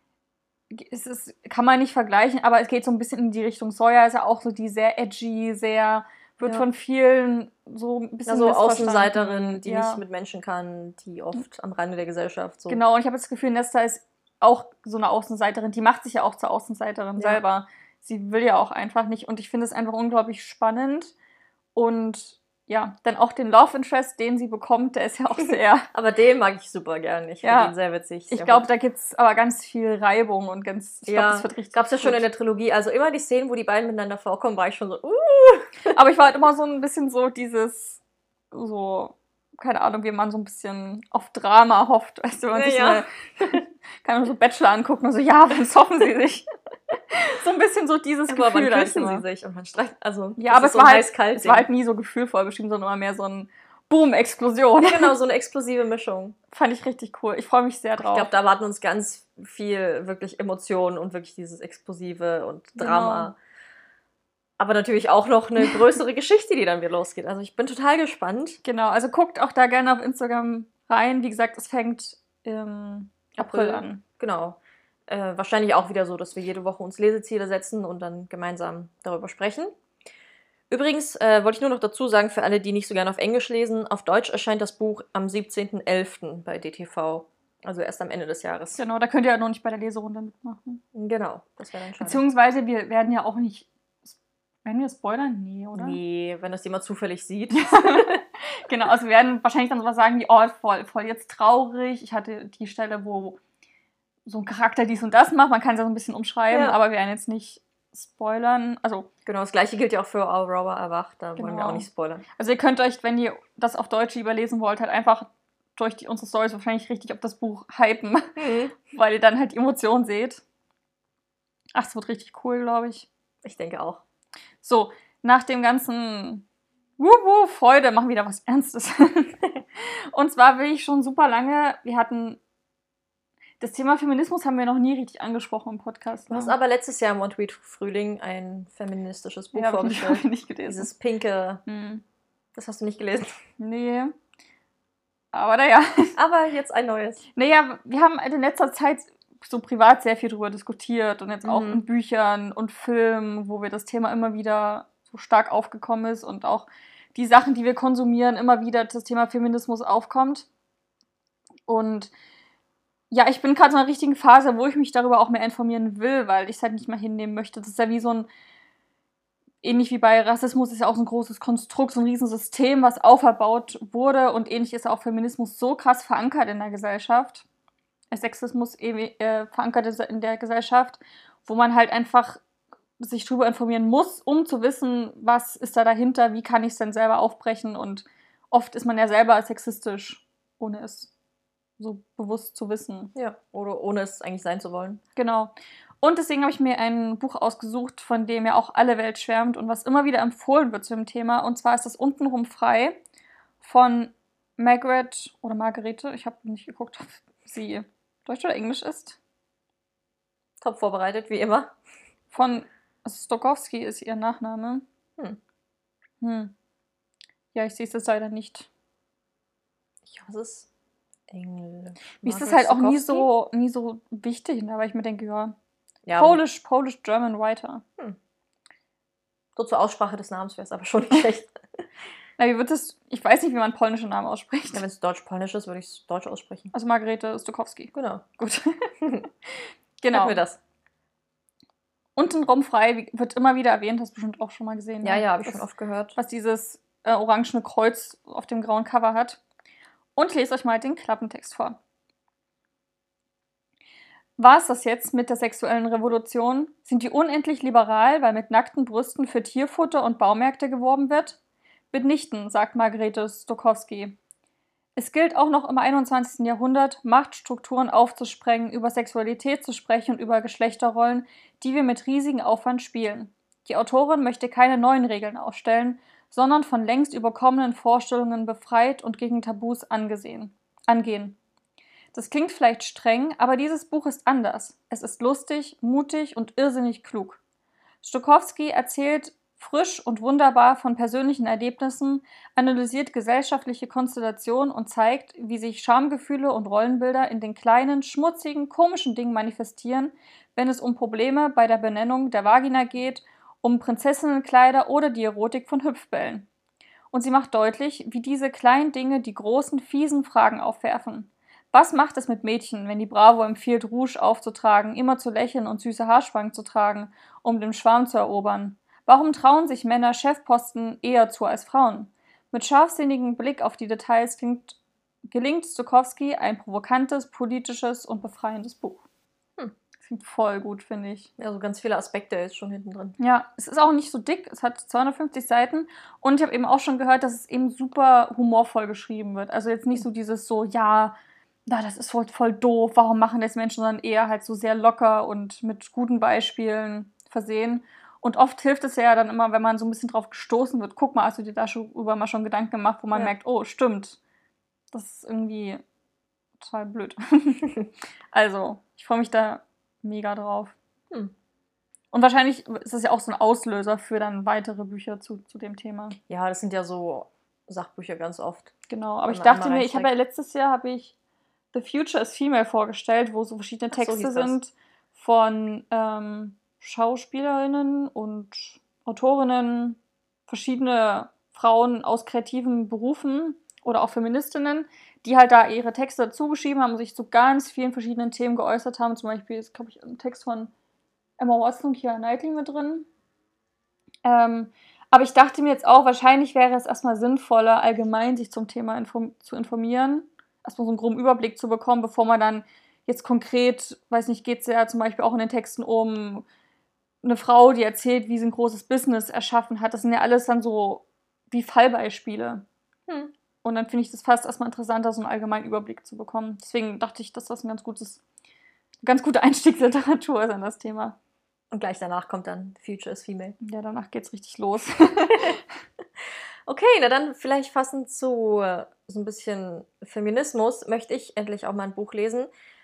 Kann man nicht vergleichen, aber es geht so ein bisschen in die Richtung. Sawyer ist ja auch so die sehr edgy, wird von vielen so ein bisschen so Außenseiterin, die nicht mit Menschen kann, die oft am Rande der Gesellschaft so. Genau, und ich habe das Gefühl, Nesta ist auch so eine Außenseiterin, die macht sich ja auch zur Außenseiterin selber. Sie will ja auch einfach nicht und ich finde es einfach unglaublich spannend und ja, dann auch den Love Interest, den sie bekommt, der ist ja auch sehr... Aber den mag ich super gerne, ich finde ihn sehr witzig. Ich glaube, da gibt es aber ganz viel Reibung und ich glaube, das wird richtig gab es ja schon in der Trilogie, also immer die Szenen, wo die beiden miteinander vorkommen, war ich schon so, Aber ich war halt immer so ein bisschen so keine Ahnung, wie man so ein bisschen auf Drama hofft, weißt du, man sich kann man so Bachelor angucken und so, ja, wann hoffen sie sich? So ein bisschen so dieses Gefühl. Aber wann küssen sie sich und man streicht, also ja, aber es war halt nie so gefühlvoll beschrieben, sondern immer mehr so ein Boom-Explosion. Ja, genau, so eine explosive Mischung. Fand ich richtig cool. Ich freue mich sehr drauf. Ich glaube, da erwarten uns ganz viel wirklich Emotionen und wirklich dieses Explosive und Drama. Genau. Aber natürlich auch noch eine größere Geschichte, die dann wieder losgeht. Also ich bin total gespannt. Genau, also guckt auch da gerne auf Instagram rein. Wie gesagt, es fängt im April an. Genau. Wahrscheinlich auch wieder so, dass wir jede Woche uns Leseziele setzen und dann gemeinsam darüber sprechen. Übrigens wollte ich nur noch dazu sagen, für alle, die nicht so gerne auf Englisch lesen, auf Deutsch erscheint das Buch am 17.11. bei DTV. Also erst am Ende des Jahres. Genau, da könnt ihr ja noch nicht bei der Leserunde mitmachen. Genau, das wäre dann schade. Beziehungsweise wir werden ja auch nicht... Werden wir spoilern? Nee, oder? Nee, wenn das jemand zufällig sieht. Genau, also wir werden wahrscheinlich dann sowas sagen wie, oh, voll jetzt traurig. Ich hatte die Stelle, wo so ein Charakter dies und das macht. Man kann es ja so ein bisschen umschreiben, aber wir werden jetzt nicht spoilern. Also genau, das gleiche gilt ja auch für Aurora erwacht. Da wollen wir auch nicht spoilern. Also ihr könnt euch, wenn ihr das auf Deutsch überlesen wollt, halt einfach durch unsere Storys wahrscheinlich richtig auf das Buch hypen, weil ihr dann halt die Emotionen seht. Ach, es wird richtig cool, glaube ich. Ich denke auch. So, nach dem ganzen Freude, machen wir wieder was Ernstes. Und zwar will ich schon super lange, das Thema Feminismus haben wir noch nie richtig angesprochen im Podcast. Du hast aber letztes Jahr im One-Tweet-Frühling ein feministisches Buch vorgestellt. Hab ich nicht gelesen. Dieses pinke, das hast du nicht gelesen. Nee. Aber naja. Aber jetzt ein neues. Naja, wir haben in letzter Zeit so privat sehr viel drüber diskutiert und jetzt auch in Büchern und Filmen, wo wir das Thema immer wieder so stark aufgekommen ist und auch die Sachen, die wir konsumieren, immer wieder das Thema Feminismus aufkommt. Und ja, ich bin gerade in einer richtigen Phase, wo ich mich darüber auch mehr informieren will, weil ich es halt nicht mehr hinnehmen möchte. Das ist ja wie so ähnlich wie bei Rassismus, ist ja auch so ein großes Konstrukt, so ein Riesensystem, was auferbaut wurde und ähnlich ist auch Feminismus so krass verankert in der Gesellschaft. Sexismus verankert ist in der Gesellschaft, wo man halt einfach sich drüber informieren muss, um zu wissen, was ist da dahinter, wie kann ich es denn selber aufbrechen und oft ist man ja selber sexistisch, ohne es so bewusst zu wissen. Ja, oder ohne es eigentlich sein zu wollen. Genau. Und deswegen habe ich mir ein Buch ausgesucht, von dem ja auch alle Welt schwärmt und was immer wieder empfohlen wird zu dem Thema. Und zwar ist das Untenrum frei von Margarete, ich habe nicht geguckt, ob sie Deutsch oder Englisch ist. Top vorbereitet, wie immer. Von Stokowski ist ihr Nachname. Ja, ich sehe es jetzt leider nicht. Ich hasse es. Englisch. Mir ist das halt auch nie so wichtig, ne? Weil ich mir denke, ja Polish German Writer. So zur Aussprache des Namens wäre es aber schon nicht schlecht. Na, ich weiß nicht, wie man polnische Namen ausspricht. Ja, wenn es deutsch-polnisch ist, würde ich es deutsch aussprechen. Also Margarete Stokowski. Genau. Gut. Genau. Hatten wir das. Untenrum frei wird immer wieder erwähnt, hast du bestimmt auch schon mal gesehen. Ja, habe ich schon oft gehört. Was dieses orangene Kreuz auf dem grauen Cover hat. Und ich lese euch mal den Klappentext vor. War es das jetzt mit der sexuellen Revolution? Sind die unendlich liberal, weil mit nackten Brüsten für Tierfutter und Baumärkte geworben wird? Mitnichten, sagt Margarete Stokowski. Es gilt auch noch im 21. Jahrhundert, Machtstrukturen aufzusprengen, über Sexualität zu sprechen und über Geschlechterrollen, die wir mit riesigem Aufwand spielen. Die Autorin möchte keine neuen Regeln aufstellen, sondern von längst überkommenen Vorstellungen befreit und gegen Tabus angehen. Das klingt vielleicht streng, aber dieses Buch ist anders. Es ist lustig, mutig und irrsinnig klug. Stokowski erzählt frisch und wunderbar von persönlichen Erlebnissen, analysiert gesellschaftliche Konstellationen und zeigt, wie sich Schamgefühle und Rollenbilder in den kleinen, schmutzigen, komischen Dingen manifestieren, wenn es um Probleme bei der Benennung der Vagina geht, um Prinzessinnenkleider oder die Erotik von Hüpfbällen. Und sie macht deutlich, wie diese kleinen Dinge die großen, fiesen Fragen aufwerfen. Was macht es mit Mädchen, wenn die Bravo empfiehlt, Rouge aufzutragen, immer zu lächeln und süße Haarspangen zu tragen, um den Schwarm zu erobern? Warum trauen sich Männer Chefposten eher zu als Frauen? Mit scharfsinnigem Blick auf die Details gelingt Stokowski ein provokantes, politisches und befreiendes Buch. Klingt voll gut, finde ich. Ja, so ganz viele Aspekte ist schon hinten drin. Ja, es ist auch nicht so dick, es hat 250 Seiten und ich habe eben auch schon gehört, dass es eben super humorvoll geschrieben wird. Also jetzt nicht so dieses so, ja, das ist voll doof, warum machen das Menschen, sondern eher halt so sehr locker und mit guten Beispielen versehen. Und oft hilft es ja dann immer, wenn man so ein bisschen drauf gestoßen wird. Guck mal, hast du dir darüber mal schon Gedanken gemacht, wo man merkt, oh, stimmt. Das ist irgendwie total blöd. Also, ich freue mich da mega drauf. Und wahrscheinlich ist das ja auch so ein Auslöser für dann weitere Bücher zu dem Thema. Ja, das sind ja so Sachbücher ganz oft. Genau, aber ich dachte mir, letztes Jahr habe ich The Future is Female vorgestellt, wo so verschiedene Texte sind von Schauspielerinnen und Autorinnen, verschiedene Frauen aus kreativen Berufen oder auch Feministinnen, die halt da ihre Texte dazu geschrieben haben und sich zu ganz vielen verschiedenen Themen geäußert haben. Zum Beispiel ist, glaube ich, ein Text von Emma Watson und Keira Knightley mit drin. Aber ich dachte mir jetzt auch, wahrscheinlich wäre es erstmal sinnvoller, allgemein sich zum Thema zu informieren, erstmal so einen groben Überblick zu bekommen, bevor man dann jetzt konkret, weiß nicht, geht es ja zum Beispiel auch in den Texten um eine Frau, die erzählt, wie sie ein großes Business erschaffen hat. Das sind ja alles dann so wie Fallbeispiele. Und dann finde ich das fast erstmal interessanter, so einen allgemeinen Überblick zu bekommen. Deswegen dachte ich, dass das eine ganz gute Einstiegsliteratur ist an das Thema. Und gleich danach kommt dann The Future is Female. Ja, danach geht's richtig los. Okay, na dann vielleicht passend zu so ein bisschen Feminismus möchte ich endlich auch mal ein Buch lesen,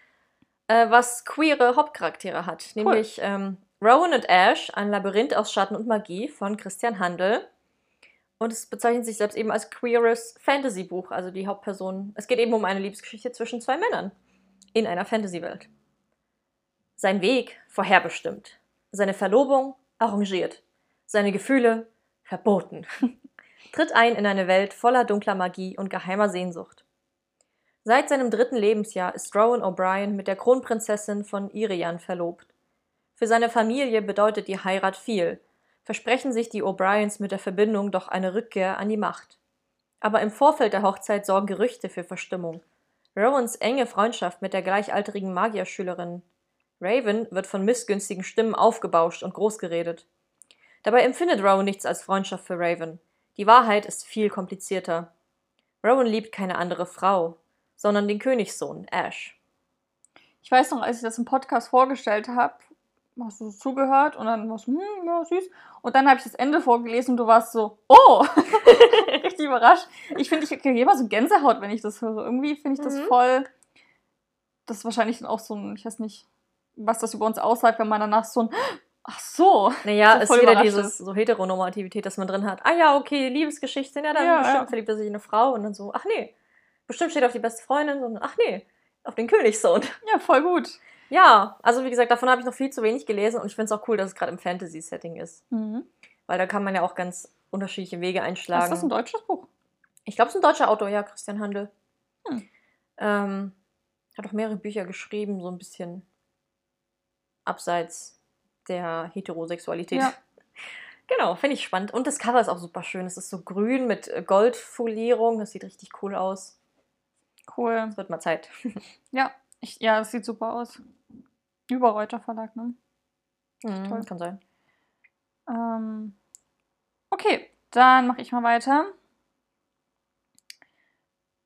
was queere Hauptcharaktere hat. Cool. Nämlich Rowan und Ash, ein Labyrinth aus Schatten und Magie von Christian Handel. Und es bezeichnet sich selbst eben als queeres Fantasy-Buch, also die Hauptperson. Es geht eben um eine Liebesgeschichte zwischen zwei Männern in einer Fantasy-Welt. Sein Weg vorherbestimmt. Seine Verlobung arrangiert. Seine Gefühle verboten. Tritt ein in eine Welt voller dunkler Magie und geheimer Sehnsucht. Seit seinem 3. Lebensjahr ist Rowan O'Brien mit der Kronprinzessin von Irian verlobt. Für seine Familie bedeutet die Heirat viel, versprechen sich die O'Briens mit der Verbindung doch eine Rückkehr an die Macht. Aber im Vorfeld der Hochzeit sorgen Gerüchte für Verstimmung. Rowans enge Freundschaft mit der gleichaltrigen Magierschülerin Raven wird von missgünstigen Stimmen aufgebauscht und großgeredet. Dabei empfindet Rowan nichts als Freundschaft für Raven. Die Wahrheit ist viel komplizierter. Rowan liebt keine andere Frau, sondern den Königssohn, Ash. Ich weiß noch, als ich das im Podcast vorgestellt habe, hast du zugehört und dann warst du, ja, süß. Und dann habe ich das Ende vorgelesen und du warst so, oh, richtig überrascht. Ich finde, ich kriege immer so Gänsehaut, wenn ich das höre. Irgendwie finde ich das voll, das ist wahrscheinlich dann auch so ein, ich weiß nicht, was das über uns aussagt, wenn man danach so ein, ach so. Naja, es ist wieder dieses so Heteronormativität, das man drin hat. Ah ja, okay, Liebesgeschichte, ja, dann bestimmt verliebt er sich in eine Frau und dann so, ach nee, bestimmt steht auf die beste Freundin, sondern ach nee, auf den Königssohn. Ja, voll gut. Ja, also wie gesagt, davon habe ich noch viel zu wenig gelesen und ich finde es auch cool, dass es gerade im Fantasy-Setting ist. Weil da kann man ja auch ganz unterschiedliche Wege einschlagen. Ist das ein deutsches Buch? Ich glaube, es ist ein deutscher Autor, ja, Christian Handel. Hat auch mehrere Bücher geschrieben, so ein bisschen abseits der Heterosexualität. Ja. Genau, finde ich spannend. Und das Cover ist auch super schön. Es ist so grün mit Goldfolierung. Das sieht richtig cool aus. Cool. Es wird mal Zeit. Ja, das sieht super aus. Überreuter Verlag, ne? Toll. Kann sein. Okay, dann mache ich mal weiter.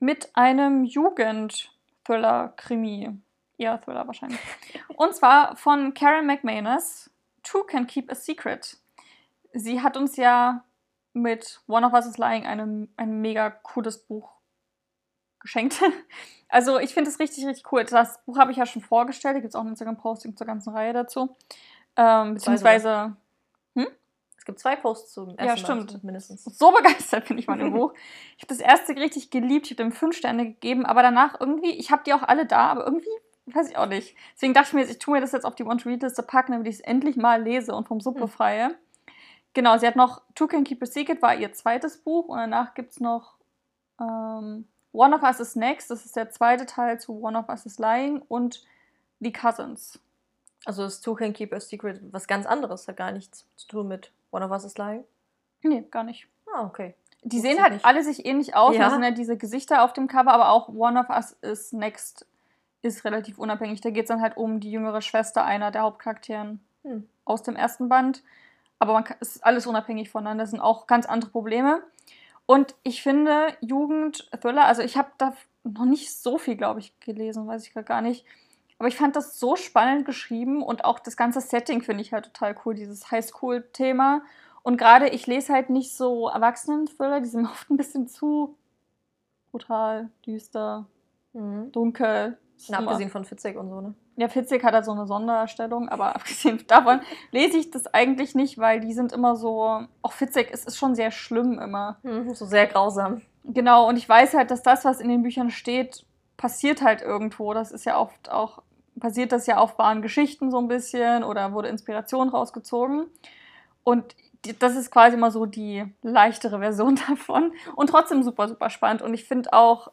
mit einem Jugend-Thriller-Krimi. Eher Thriller wahrscheinlich. Und zwar von Karen McManus, Two Can Keep a Secret. Sie hat uns ja mit One of Us is Lying ein mega cooles Buch geschenkt. Also ich finde es richtig, richtig cool. Das Buch habe ich ja schon vorgestellt. Da gibt es auch ein Instagram-Posting zur ganzen Reihe dazu. Beziehungsweise... Es gibt 2 Posts zum ersten Band mindestens. So begeistert bin ich von dem Buch. Ich habe das erste richtig geliebt. Ich habe dem 5 Sterne gegeben. Aber danach irgendwie, ich habe die auch alle da, aber irgendwie weiß ich auch nicht. Deswegen dachte ich mir, ich tue mir das jetzt auf die Want-to-Read-Liste packen, damit ich es endlich mal lese und vom Sub befreie. Genau, sie hat noch Two Can Keep a Secret, war ihr zweites Buch. Und danach gibt es noch One of Us is Next. Das ist der zweite Teil zu One of Us is Lying. Und The Cousins. Also das Two Can Keep a Secret was ganz anderes. Hat gar nichts zu tun mit One of Us is Lying? Nee, gar nicht. Ah, okay. Die sehen halt nicht alle sich ähnlich aus. Ja. Da sind ja diese Gesichter auf dem Cover. Aber auch One of Us is Next ist relativ unabhängig. Da geht es dann halt um die jüngere Schwester einer der Hauptcharakteren aus dem ersten Band. Aber es ist alles unabhängig voneinander. Das sind auch ganz andere Probleme. Und ich finde, Jugend-Thriller, also ich habe da noch nicht so viel, glaube ich, gelesen, weiß ich gerade gar nicht. Aber ich fand das so spannend geschrieben und auch das ganze Setting finde ich halt total cool, dieses Highschool-Thema. Und gerade, ich lese halt nicht so Erwachsenen-Thriller, die sind oft ein bisschen zu brutal, düster, dunkel. Na, abgesehen von Fitzek und so, ne? Ja, Fitzek hat halt so eine Sonderstellung, aber abgesehen davon lese ich das eigentlich nicht, weil die sind immer so, auch Fitzek ist schon sehr schlimm immer. So sehr grausam. Genau, und ich weiß halt, dass das, was in den Büchern steht, passiert halt irgendwo. Das ist ja oft auch, basiert das ja auf wahren Geschichten so ein bisschen oder wurde Inspiration rausgezogen. Und das ist quasi immer so die leichtere Version davon und trotzdem super, super spannend. Und ich finde auch,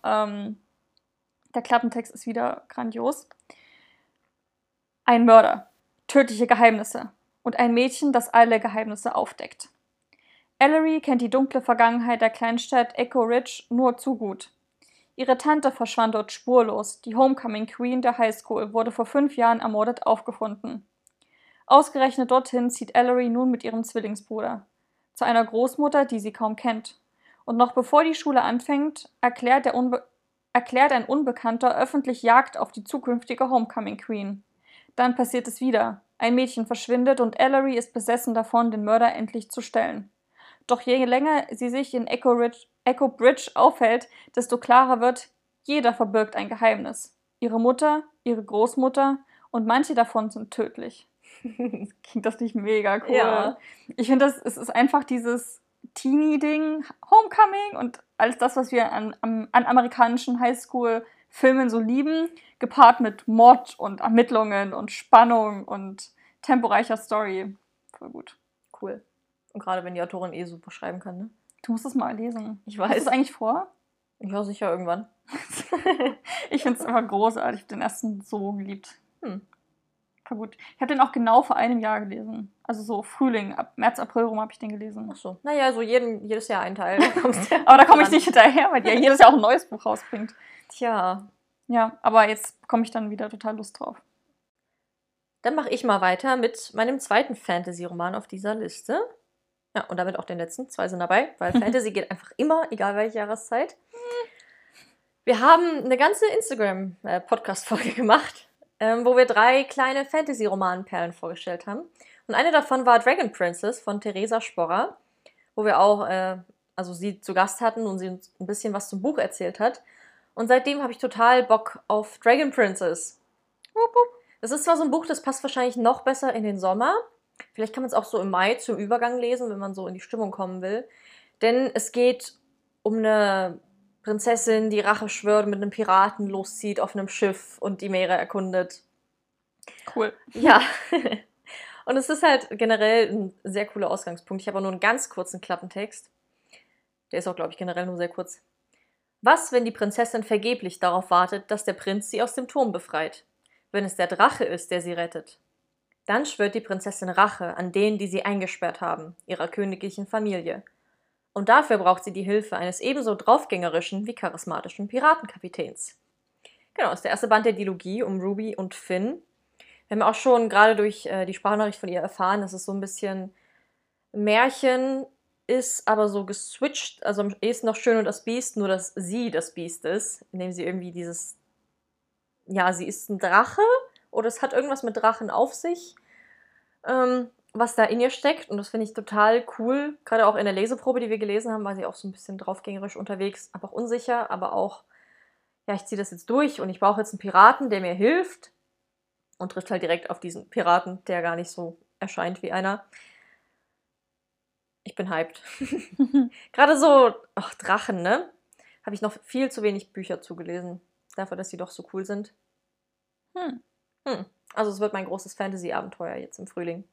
der Klappentext ist wieder grandios. Ein Mörder, tödliche Geheimnisse und ein Mädchen, das alle Geheimnisse aufdeckt. Ellery kennt die dunkle Vergangenheit der Kleinstadt Echo Ridge nur zu gut. Ihre Tante verschwand dort spurlos. Die Homecoming Queen der Highschool wurde vor 5 Jahren ermordet aufgefunden. Ausgerechnet dorthin zieht Ellery nun mit ihrem Zwillingsbruder. Zu einer Großmutter, die sie kaum kennt. Und noch bevor die Schule anfängt, erklärt ein Unbekannter öffentlich Jagd auf die zukünftige Homecoming Queen. Dann passiert es wieder. Ein Mädchen verschwindet und Ellery ist besessen davon, den Mörder endlich zu stellen. Doch je länger sie sich in Echo Bridge aufhält, desto klarer wird, jeder verbirgt ein Geheimnis. Ihre Mutter, ihre Großmutter und manche davon sind tödlich. Klingt das nicht mega cool? Ja. Ich finde, es ist einfach dieses Teenie-Ding, Homecoming und alles das, was wir an amerikanischen Highschool-Filmen so lieben, gepaart mit Mord und Ermittlungen und Spannung und temporeicher Story. Voll gut. Cool. Und gerade wenn die Autorin super schreiben kann, ne? Du musst es mal lesen. Ich weiß. Hast du es eigentlich vor? Ja, sicher irgendwann. Ich finde es einfach großartig. Ich habe den ersten so geliebt. Voll gut. Ich habe den auch genau vor einem Jahr gelesen. Also so Frühling, ab März, April rum habe ich den gelesen. Ach so. Naja, so jedes Jahr ein Teil. Aber da komme ich nicht hinterher, weil die ja jedes Jahr auch ein neues Buch rausbringt. Tja. Ja, aber jetzt bekomme ich dann wieder total Lust drauf. Dann mache ich mal weiter mit meinem zweiten Fantasy-Roman auf dieser Liste. Ja, und damit auch den letzten. 2 sind dabei, weil Fantasy geht einfach immer, egal welche Jahreszeit. Wir haben eine ganze Instagram-Podcast-Folge gemacht, wo wir 3 kleine Fantasy-Roman-Perlen vorgestellt haben. Und eine davon war Dragon Princess von Theresa Sporrer, wo wir auch sie zu Gast hatten und sie uns ein bisschen was zum Buch erzählt hat. Und seitdem habe ich total Bock auf Dragon Princess. Das ist zwar so ein Buch, das passt wahrscheinlich noch besser in den Sommer. Vielleicht kann man es auch so im Mai zum Übergang lesen, wenn man so in die Stimmung kommen will. Denn es geht um eine Prinzessin, die Rache schwört, mit einem Piraten loszieht auf einem Schiff und die Meere erkundet. Cool. Ja. Und es ist halt generell ein sehr cooler Ausgangspunkt. Ich habe auch nur einen ganz kurzen Klappentext. Der ist auch, glaube ich, generell nur sehr kurz. Was, wenn die Prinzessin vergeblich darauf wartet, dass der Prinz sie aus dem Turm befreit? Wenn es der Drache ist, der sie rettet? Dann schwört die Prinzessin Rache an denen, die sie eingesperrt haben, ihrer königlichen Familie. Und dafür braucht sie die Hilfe eines ebenso draufgängerischen wie charismatischen Piratenkapitäns. Genau, ist der erste Band der Dilogie um Ruby und Finn. Wir haben auch schon gerade durch die Sprachnachricht von ihr erfahren, dass es so ein bisschen Märchen ist aber so geswitcht, also am ehesten noch Schön und das Biest, nur dass sie das Biest ist, indem sie irgendwie dieses, ja, sie ist ein Drache oder es hat irgendwas mit Drachen auf sich, was da in ihr steckt und das finde ich total cool. Gerade auch in der Leseprobe, die wir gelesen haben, war sie auch so ein bisschen draufgängerisch unterwegs, aber auch unsicher, aber auch, ja, ich ziehe das jetzt durch und ich brauche jetzt einen Piraten, der mir hilft und trifft halt direkt auf diesen Piraten, der gar nicht so erscheint wie einer. Ich bin hyped. Gerade so, ach, Drachen, ne? Habe ich noch viel zu wenig Bücher zugelesen. Dafür, dass sie doch so cool sind. Also es wird mein großes Fantasy-Abenteuer jetzt im Frühling.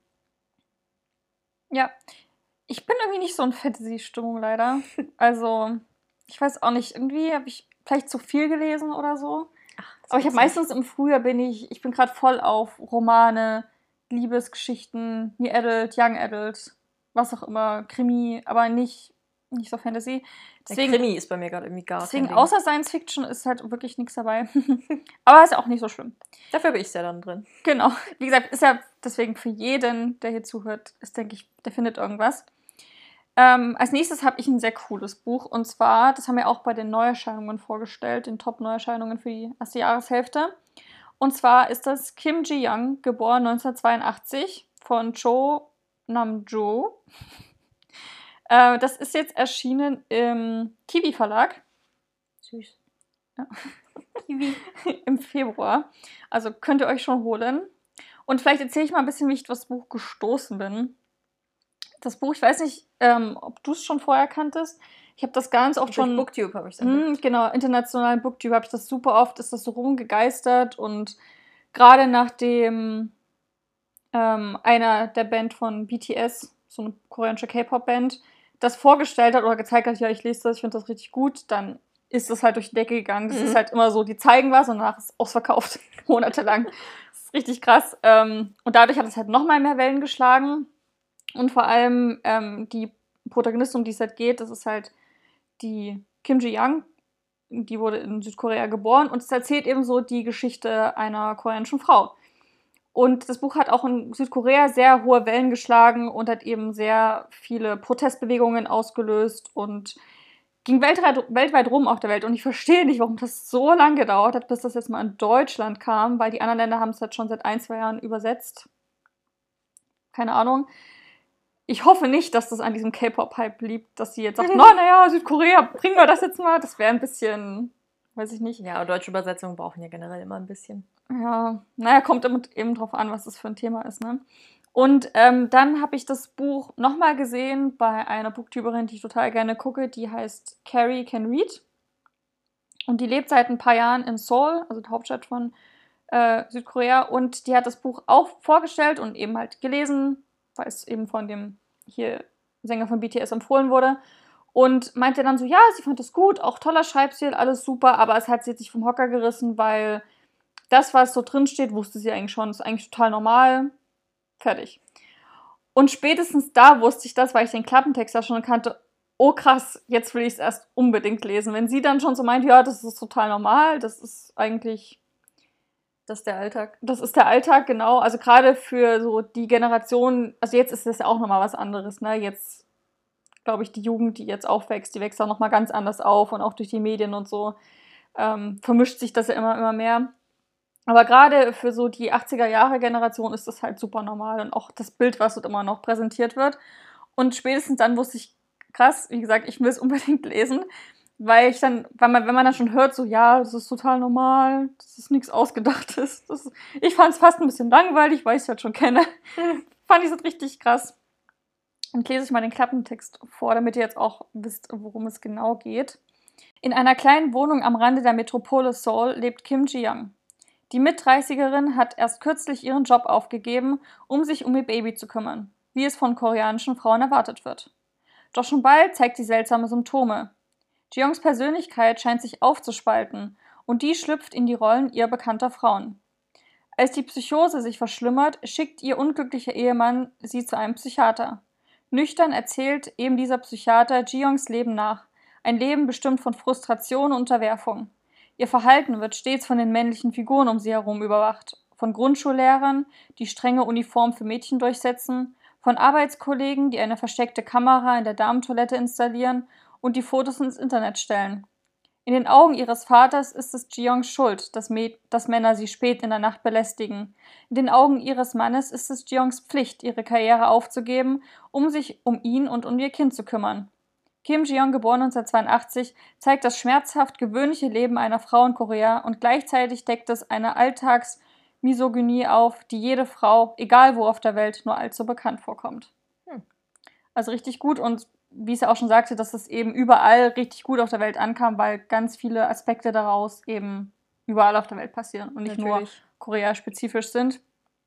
Ja, ich bin irgendwie nicht so in Fantasy-Stimmung leider. Also, ich weiß auch nicht, irgendwie habe ich vielleicht zu viel gelesen oder so. Aber ich habe meistens im Frühjahr ich bin gerade voll auf Romane, Liebesgeschichten, New Adult, Young Adult, was auch immer, Krimi, aber nicht so Fantasy. Deswegen, Krimi ist bei mir gerade irgendwie gar deswegen, außer Science Fiction ist halt wirklich nichts dabei. Aber ist auch nicht so schlimm. Dafür bin ich ja dann drin. Genau. Wie gesagt, ist ja deswegen für jeden, der hier zuhört, ist, denke ich, der findet irgendwas. Als nächstes habe ich ein sehr cooles Buch. Und zwar, das haben wir auch bei den Neuerscheinungen vorgestellt, den Top-Neuerscheinungen für die erste Jahreshälfte. Und zwar ist das Kim Ji-young, geboren 1982, von Cho Nam-jo. Das ist jetzt erschienen im Kiwi Verlag. Süß. Ja. Kiwi. Im Februar. Also könnt ihr euch schon holen. Und vielleicht erzähle ich mal ein bisschen, wie ich auf das Buch gestoßen bin. Das Buch, ich weiß nicht, ob du es schon vorher kanntest. Ich habe das ganz oft schon... Booktube habe ich es entdeckt. Genau, internationalen Booktube habe ich das super oft, ist das so rumgegeistert. Und gerade nachdem einer der Band von BTS, so eine koreanische K-Pop-Band, das vorgestellt hat oder gezeigt hat, ja, ich lese das, ich finde das richtig gut, dann ist das halt durch die Decke gegangen. Das ist halt immer so, die zeigen was und danach ist es ausverkauft, monatelang. Das ist richtig krass. Und dadurch hat es halt nochmal mehr Wellen geschlagen. Und vor allem die Protagonistin, um die es halt geht, das ist halt die Kim Ji-young. Die wurde in Südkorea geboren und es erzählt eben so die Geschichte einer koreanischen Frau. Und das Buch hat auch in Südkorea sehr hohe Wellen geschlagen und hat eben sehr viele Protestbewegungen ausgelöst und ging weltweit rum auf der Welt. Und ich verstehe nicht, warum das so lange gedauert hat, bis das jetzt mal in Deutschland kam, weil die anderen Länder haben es halt schon seit 1-2 Jahren übersetzt. Keine Ahnung. Ich hoffe nicht, dass das an diesem K-Pop-Hype liegt, dass sie jetzt sagt, naja, Südkorea, bringen wir das jetzt mal. Das wäre ein bisschen, weiß ich nicht. Ja, deutsche Übersetzungen brauchen ja generell immer ein bisschen. Ja, naja, kommt eben drauf an, was das für ein Thema ist, ne? Und dann habe ich das Buch nochmal gesehen bei einer Booktuberin, die ich total gerne gucke, die heißt Carrie Can Read. Und die lebt seit ein paar Jahren in Seoul, also der Hauptstadt von Südkorea. Und die hat das Buch auch vorgestellt und eben halt gelesen, weil es eben von dem hier Sänger von BTS empfohlen wurde. Und meinte dann so, ja, sie fand das gut, auch toller Schreibstil, alles super, aber es hat sie jetzt nicht vom Hocker gerissen, weil das, was so drin steht, wusste sie eigentlich schon, ist eigentlich total normal. Fertig. Und spätestens da wusste ich das, weil ich den Klappentext ja schon kannte, oh krass, jetzt will ich es erst unbedingt lesen. Wenn sie dann schon so meint, ja, das ist total normal, das ist eigentlich... Das ist der Alltag. Das ist der Alltag, genau. Also gerade für so die Generation, also jetzt ist das ja auch nochmal was anderes, ne? Jetzt, glaube ich, die Jugend, die jetzt aufwächst, die wächst auch nochmal ganz anders auf und auch durch die Medien und so vermischt sich das ja immer mehr. Aber gerade für so die 80er-Jahre-Generation ist das halt super normal und auch das Bild, was dort immer noch präsentiert wird. Und spätestens dann wusste ich, krass, wie gesagt, ich will es unbedingt lesen, weil wenn man dann schon hört, so, ja, das ist total normal, das ist nichts Ausgedachtes. Ich fand es fast ein bisschen langweilig, weil ich es halt schon kenne. Fand ich es richtig krass. Und lese ich mal den Klappentext vor, damit ihr jetzt auch wisst, worum es genau geht. In einer kleinen Wohnung am Rande der Metropole Seoul lebt Kim Ji-young. Die Mit-30erin hat erst kürzlich ihren Job aufgegeben, um sich um ihr Baby zu kümmern, wie es von koreanischen Frauen erwartet wird. Doch schon bald zeigt sie seltsame Symptome. Ji-youngs Persönlichkeit scheint sich aufzuspalten und die schlüpft in die Rollen ihr bekannter Frauen. Als die Psychose sich verschlimmert, schickt ihr unglücklicher Ehemann sie zu einem Psychiater. Nüchtern erzählt eben dieser Psychiater Ji-youngs Leben nach, ein Leben bestimmt von Frustration und Unterwerfung. Ihr Verhalten wird stets von den männlichen Figuren um sie herum überwacht, von Grundschullehrern, die strenge Uniform für Mädchen durchsetzen, von Arbeitskollegen, die eine versteckte Kamera in der Damentoilette installieren und die Fotos ins Internet stellen. In den Augen ihres Vaters ist es Ji-Yongs Schuld, dass Männer sie spät in der Nacht belästigen. In den Augen ihres Mannes ist es Ji-Yongs Pflicht, ihre Karriere aufzugeben, um sich um ihn und um ihr Kind zu kümmern. Kim Ji-Yong, geboren 1982, zeigt das schmerzhaft gewöhnliche Leben einer Frau in Korea und gleichzeitig deckt es eine Alltagsmisogynie auf, die jede Frau, egal wo auf der Welt, nur allzu bekannt vorkommt. Also richtig gut und wie ich es ja auch schon sagte, dass es eben überall richtig gut auf der Welt ankam, weil ganz viele Aspekte daraus eben überall auf der Welt passieren und nicht nur Korea-spezifisch sind.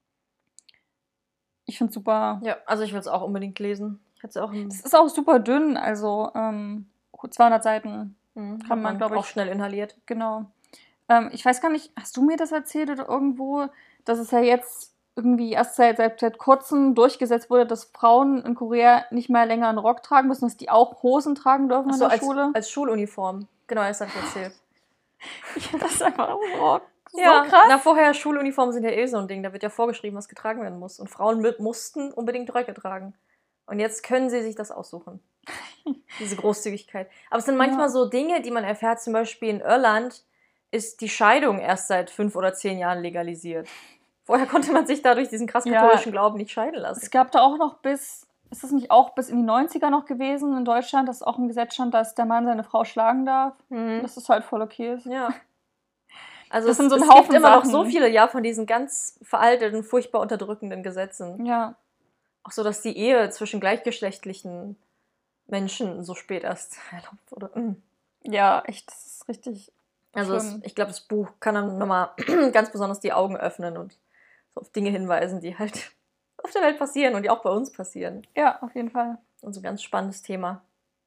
Ich finde es super. Ja, also ich will es auch unbedingt lesen. Es ist auch super dünn, also 200 Seiten kann man, glaube ich, auch schnell inhaliert. Genau. Ich weiß gar nicht, hast du mir das erzählt oder irgendwo, dass es ja jetzt irgendwie erst seit kurzem durchgesetzt wurde, dass Frauen in Korea nicht mehr länger einen Rock tragen müssen, dass die auch Hosen tragen dürfen in der Schule. Als Schuluniform. Genau, das habe ich erzählt. Ich finde das einfach so krass. Na, vorher Schuluniformen sind ja so ein Ding. Da wird ja vorgeschrieben, was getragen werden muss. Und Frauen mussten unbedingt Röcke tragen. Und jetzt können sie sich das aussuchen. Diese Großzügigkeit. Aber es sind manchmal so Dinge, die man erfährt, zum Beispiel in Irland ist die Scheidung erst seit 5 oder 10 Jahren legalisiert. Vorher konnte man sich da durch diesen krass katholischen Glauben nicht scheiden lassen. Es gab da auch noch ist das nicht auch bis in die 90er noch gewesen in Deutschland, dass auch im Gesetz stand, dass der Mann seine Frau schlagen darf? Dass das halt voll okay ist. Ja. Also das sind so ein Haufen gibt immer Sachen. noch so viele, von diesen ganz veralteten, furchtbar unterdrückenden Gesetzen. Ja. Auch so, dass die Ehe zwischen gleichgeschlechtlichen Menschen so spät erst erlaubt wurde. Ja, echt, das ist richtig. Also ich glaube, das Buch kann dann nochmal ganz besonders die Augen öffnen und so auf Dinge hinweisen, die halt auf der Welt passieren und die auch bei uns passieren. Ja, auf jeden Fall. Und so ein ganz spannendes Thema.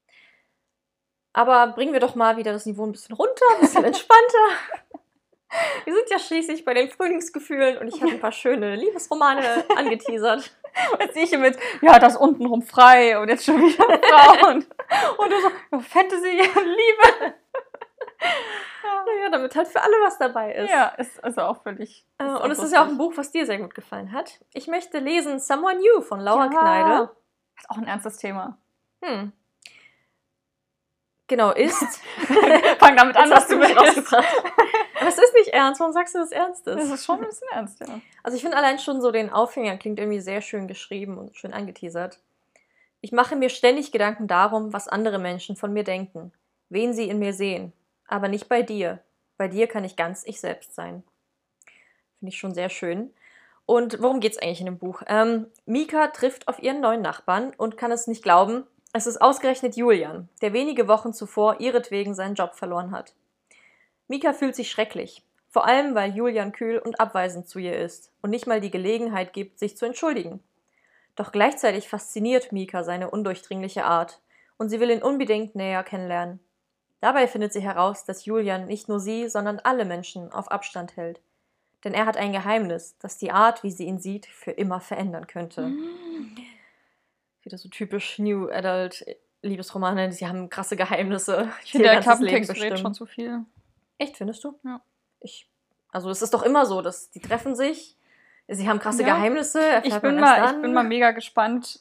Aber bringen wir doch mal wieder das Niveau ein bisschen runter, ein bisschen entspannter. Wir sind ja schließlich bei den Frühlingsgefühlen und ich habe ein paar schöne Liebesromane angeteasert. Weiß ich mit, das untenrum frei und jetzt schon wieder Frauen. Und du so, Fantasy, Liebe. Naja, damit halt für alle was dabei ist. Ja, ist also auch völlig. Und es ist ja auch ein Buch, was dir sehr gut gefallen hat. Ich möchte lesen Someone New von Laura Kneidl. Ist auch ein ernstes Thema. Genau, ist. Fang damit an, was du mich rausgebracht. Aber es ist nicht ernst. Warum sagst du das Ernstes? Das ist schon ein bisschen ernst, ja. Also ich finde allein schon so den Aufhänger klingt irgendwie sehr schön geschrieben und schön angeteasert. Ich mache mir ständig Gedanken darum, was andere Menschen von mir denken, wen sie in mir sehen. Aber nicht bei dir. Bei dir kann ich ganz ich selbst sein. Finde ich schon sehr schön. Und worum geht es eigentlich in dem Buch? Mika trifft auf ihren neuen Nachbarn und kann es nicht glauben, es ist ausgerechnet Julian, der wenige Wochen zuvor ihretwegen seinen Job verloren hat. Mika fühlt sich schrecklich, vor allem weil Julian kühl und abweisend zu ihr ist und nicht mal die Gelegenheit gibt, sich zu entschuldigen. Doch gleichzeitig fasziniert Mika seine undurchdringliche Art und sie will ihn unbedingt näher kennenlernen. Dabei findet sie heraus, dass Julian nicht nur sie, sondern alle Menschen auf Abstand hält. Denn er hat ein Geheimnis, das die Art, wie sie ihn sieht, für immer verändern könnte. Wieder so typisch New Adult Liebesromane, sie haben krasse Geheimnisse. Ich finde, der Klappentext redet schon zu viel. Echt, findest du? Ja. Also es ist doch immer so, dass die treffen sich, sie haben krasse Geheimnisse. Ich bin mal mega gespannt.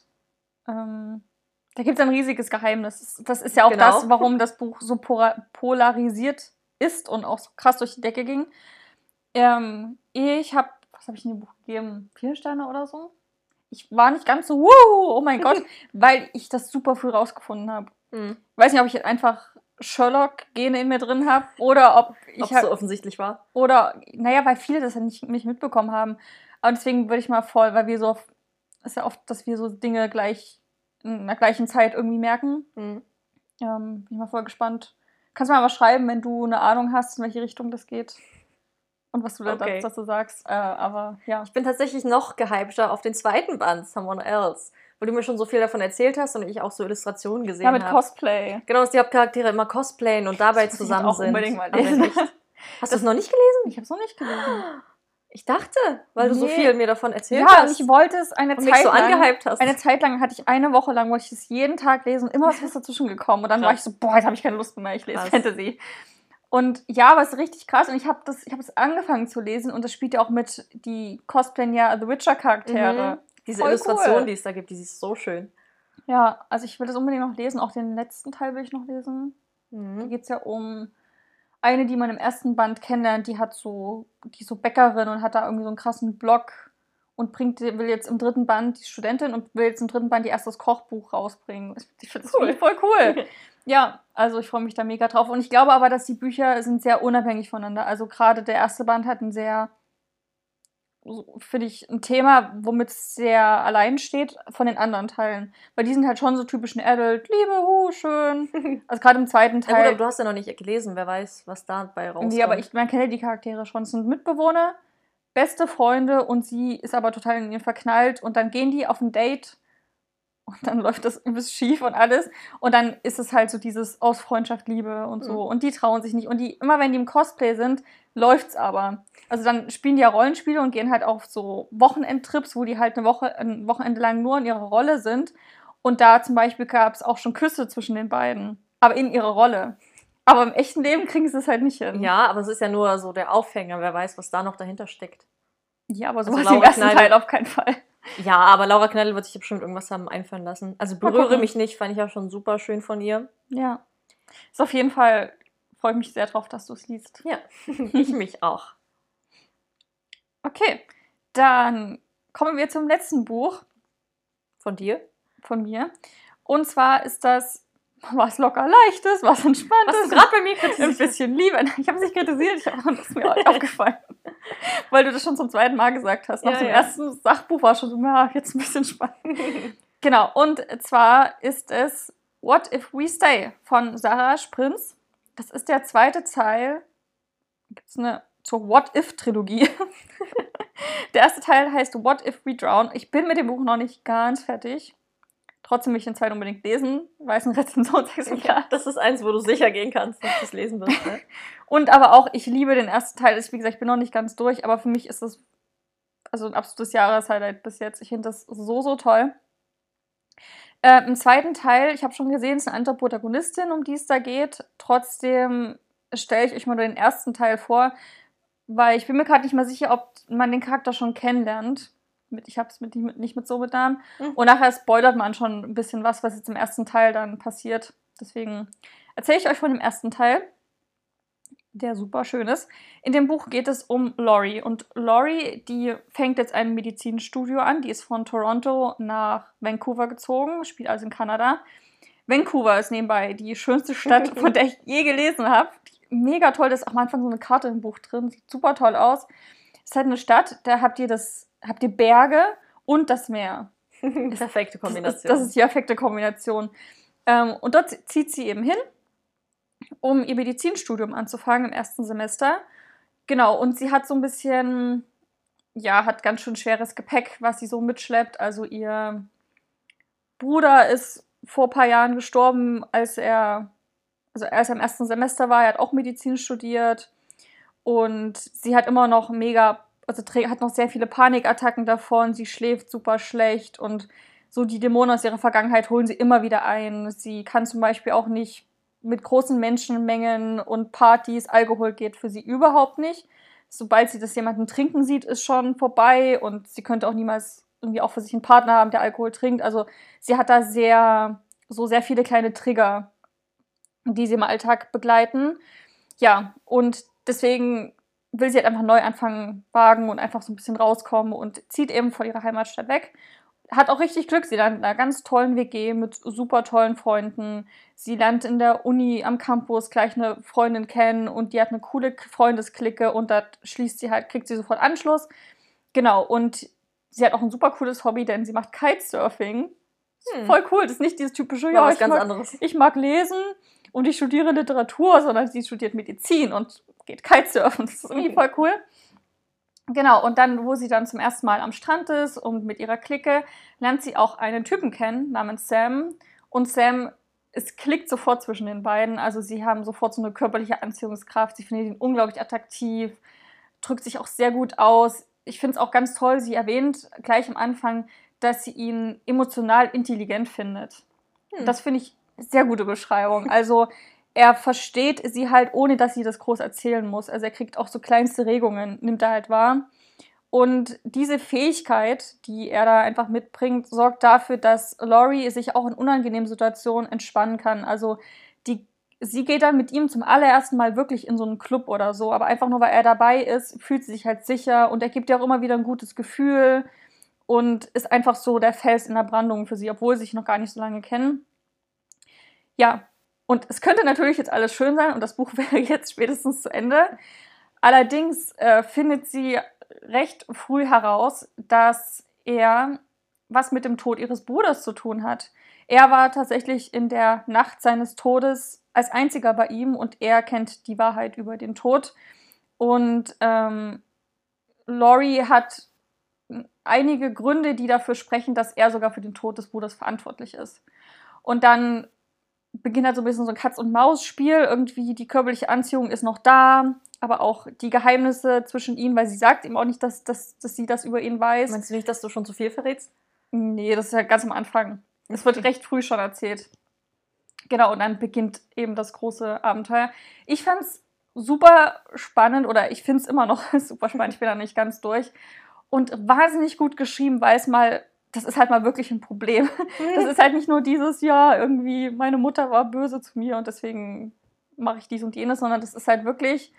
Da gibt es ein riesiges Geheimnis. Das ist ja auch das, warum das Buch so polarisiert ist und auch so krass durch die Decke ging. Ich habe, was habe ich in dem Buch gegeben? 4 Sterne oder so? Ich war nicht ganz so, oh mein Gott, weil ich das super früh rausgefunden habe. Ich weiß nicht, ob ich einfach Sherlock-Gene in mir drin habe oder ob es so offensichtlich war. Oder, weil viele das ja nicht mitbekommen haben. Aber deswegen würde ich mal weil wir so, ist ja oft, dass wir so Dinge gleich in der gleichen Zeit irgendwie merken. Bin ich mal voll gespannt. Kannst du mal was schreiben, wenn du eine Ahnung hast, in welche Richtung das geht? Und was du dazu sagst. Aber ja. Ich bin tatsächlich noch gehypter auf den zweiten Band, Someone Else. Weil du mir schon so viel davon erzählt hast und ich auch so Illustrationen gesehen habe. Ja, mit Cosplay. Genau, dass die Hauptcharaktere immer cosplayen und dabei zusammen sind. Unbedingt mal lesen. Hast du es noch nicht gelesen? Ich habe es noch nicht gelesen. Ich dachte, weil du so viel mir davon erzählt hast. Ja, und ich wollte es eine Zeit mich so lang. Angehypt hast. Eine Zeit lang hatte ich eine Woche lang, wollte ich es jeden Tag lesen und immer was dazwischen gekommen. Und dann war ich so, jetzt habe ich keine Lust mehr, ich lese Fantasy. Und ja, aber es ist richtig krass. Und ich habe es angefangen zu lesen und das spielt ja auch mit, die cosplayen ja The Witcher-Charaktere. Diese Voll Illustration, cool. die es da gibt, die ist so schön. Ja, also ich will das unbedingt noch lesen. Auch den letzten Teil will ich noch lesen. Da Mhm. geht es ja um eine, die man im ersten Band kennenlernt, die ist so Bäckerin und hat da irgendwie so einen krassen Blog und will jetzt im dritten Band die Studentin und will jetzt im dritten Band ihr erstes Kochbuch rausbringen. Ich finde das Cool. voll cool. Ja, also ich freue mich da mega drauf. Und ich glaube aber, dass die Bücher sind sehr unabhängig voneinander. Also gerade der erste Band hat finde ich, ein Thema, womit es sehr allein steht von den anderen Teilen. Weil die sind halt schon so typisch Adult, Liebe, schön. Also gerade im zweiten Na gut, Teil. aber du hast ja noch nicht gelesen, wer weiß, was dabei rauskommt. Nee, aber man kennt ja die Charaktere schon. Es sind Mitbewohner, beste Freunde und sie ist aber total in ihn verknallt und dann gehen die auf ein Date und dann läuft das übelst schief und alles und dann ist es halt so dieses aus Freundschaft, Liebe und so und die trauen sich nicht und immer wenn die im Cosplay sind, läuft's aber. Also dann spielen die ja Rollenspiele und gehen halt auf so Wochenendtrips, wo die halt ein Wochenende lang nur in ihrer Rolle sind und da zum Beispiel gab es auch schon Küsse zwischen den beiden, aber in ihrer Rolle. Aber im echten Leben kriegen sie es halt nicht hin. Ja, aber es ist ja nur so der Aufhänger. Wer weiß, was da noch dahinter steckt. Ja, aber Also sowas im Laura ersten Kneidl- Teil auf keinen Fall. Ja, aber Laura Kneidl wird sich bestimmt irgendwas haben einfallen lassen. Also Mal berühre gucken. mich nicht, fand ich ja schon super schön von ihr. Ja. Ist auf jeden Fall, freue ich mich sehr drauf, dass du es liest. Ja, ich mich auch. Okay, dann kommen wir zum letzten Buch Von dir? von mir. Und zwar ist das was locker leichtes, was entspanntes. Hast du gerade bei mir ein kritisiert? bisschen Liebe. Ich habe es nicht kritisiert, das ist mir aufgefallen. Weil du das schon zum zweiten Mal gesagt hast. Nach Ja, dem ja. ersten Sachbuch war schon so, ja, jetzt ein bisschen spannend. Genau, und zwar ist es What If We Stay von Sarah Sprins. Das ist der zweite Teil. Gibt es zur What If-Trilogie. Der erste Teil heißt What If We Drown. Ich bin mit dem Buch noch nicht ganz fertig. Trotzdem will ich den zweiten unbedingt lesen, weil es ein Rezensionsexemplar ist. Das ist eins, wo du sicher gehen kannst, dass du es lesen wirst. Ne? Und aber auch, ich liebe den ersten Teil. Wie gesagt, ich bin noch nicht ganz durch, aber für mich ist das also ein absolutes Jahreshighlight bis jetzt. Ich finde das so, so toll. Im zweiten Teil, ich habe schon gesehen, es ist eine andere Protagonistin, um die es da geht. Trotzdem stelle ich euch mal den ersten Teil vor, weil ich bin mir gerade nicht mal sicher, ob man den Charakter schon kennenlernt. Ich habe es nicht mit so mit Namen. Und nachher spoilert man schon ein bisschen was jetzt im ersten Teil dann passiert. Deswegen erzähle ich euch von dem ersten Teil, der super schön ist. In dem Buch geht es um Laurie. Und Laurie, die fängt jetzt ein Medizinstudio an. Die ist von Toronto nach Vancouver gezogen, spielt also in Kanada. Vancouver ist nebenbei die schönste Stadt, von der ich je gelesen habe. Mega toll, da ist auch am Anfang so eine Karte im Buch drin. Sieht super toll aus. Es ist halt eine Stadt, da habt ihr Berge und das Meer. Perfekte Kombination. Das ist die perfekte Kombination. Und dort zieht sie eben hin, um ihr Medizinstudium anzufangen im ersten Semester. Genau, und sie hat so ein bisschen, hat ganz schön schweres Gepäck, was sie so mitschleppt. Also ihr Bruder ist vor ein paar Jahren gestorben, als er im ersten Semester war. Er hat auch Medizin studiert. Und sie hat immer noch hat noch sehr viele Panikattacken davon. Sie schläft super schlecht und so die Dämonen aus ihrer Vergangenheit holen sie immer wieder ein. Sie kann zum Beispiel auch nicht mit großen Menschenmengen und Partys, Alkohol geht für sie überhaupt nicht. Sobald sie das jemanden trinken sieht, ist schon vorbei und sie könnte auch niemals irgendwie auch für sich einen Partner haben, der Alkohol trinkt. Also sie hat da sehr viele kleine Trigger, die sie im Alltag begleiten. Ja, und deswegen will sie halt einfach neu anfangen, wagen und einfach so ein bisschen rauskommen und zieht eben von ihrer Heimatstadt weg. Hat auch richtig Glück, sie lernt in einer ganz tollen WG mit super tollen Freunden. Sie lernt in der Uni am Campus gleich eine Freundin kennen und die hat eine coole Freundesklicke und da kriegt sie sofort Anschluss. Genau, und sie hat auch ein super cooles Hobby, denn sie macht Kitesurfing. Voll cool, das ist nicht dieses typische, anderes. Ich mag lesen und ich studiere Literatur, sondern sie studiert Medizin und geht Kitesurfen. Das ist irgendwie voll cool. Genau, und dann, wo sie dann zum ersten Mal am Strand ist und mit ihrer Clique, lernt sie auch einen Typen kennen namens Sam. Und Sam, es klickt sofort zwischen den beiden. Also sie haben sofort so eine körperliche Anziehungskraft. Sie findet ihn unglaublich attraktiv, drückt sich auch sehr gut aus. Ich finde es auch ganz toll, sie erwähnt gleich am Anfang, dass sie ihn emotional intelligent findet. Das finde ich sehr gute Beschreibung. Also er versteht sie halt, ohne dass sie das groß erzählen muss. Also er kriegt auch so kleinste Regungen, nimmt er halt wahr. Und diese Fähigkeit, die er da einfach mitbringt, sorgt dafür, dass Laurie sich auch in unangenehmen Situationen entspannen kann. Also sie geht dann mit ihm zum allerersten Mal wirklich in so einen Club oder so, aber einfach nur, weil er dabei ist, fühlt sie sich halt sicher und er gibt ihr auch immer wieder ein gutes Gefühl und ist einfach so der Fels in der Brandung für sie, obwohl sie sich noch gar nicht so lange kennen. Ja, und es könnte natürlich jetzt alles schön sein und das Buch wäre jetzt spätestens zu Ende. Allerdings findet sie recht früh heraus, dass er was mit dem Tod ihres Bruders zu tun hat. Er war tatsächlich in der Nacht seines Todes als einziger bei ihm und er kennt die Wahrheit über den Tod. Und Laurie hat einige Gründe, die dafür sprechen, dass er sogar für den Tod des Bruders verantwortlich ist. Und dann beginnt halt so ein bisschen so ein Katz-und-Maus-Spiel. Irgendwie die körperliche Anziehung ist noch da, aber auch die Geheimnisse zwischen ihnen, weil sie sagt ihm auch nicht, dass sie das über ihn weiß. Meinst du nicht, dass du schon zu viel verrätst? Nee, das ist ja ganz am Anfang. Es wird recht früh schon erzählt. Genau, und dann beginnt eben das große Abenteuer. Ich fand es super spannend, oder ich finde es immer noch super spannend, ich bin da nicht ganz durch. Und wahnsinnig gut geschrieben, weil das ist halt mal wirklich ein Problem. Das ist halt nicht nur dieses, ja, irgendwie, meine Mutter war böse zu mir und deswegen mache ich dies und jenes, sondern das ist halt wirklich,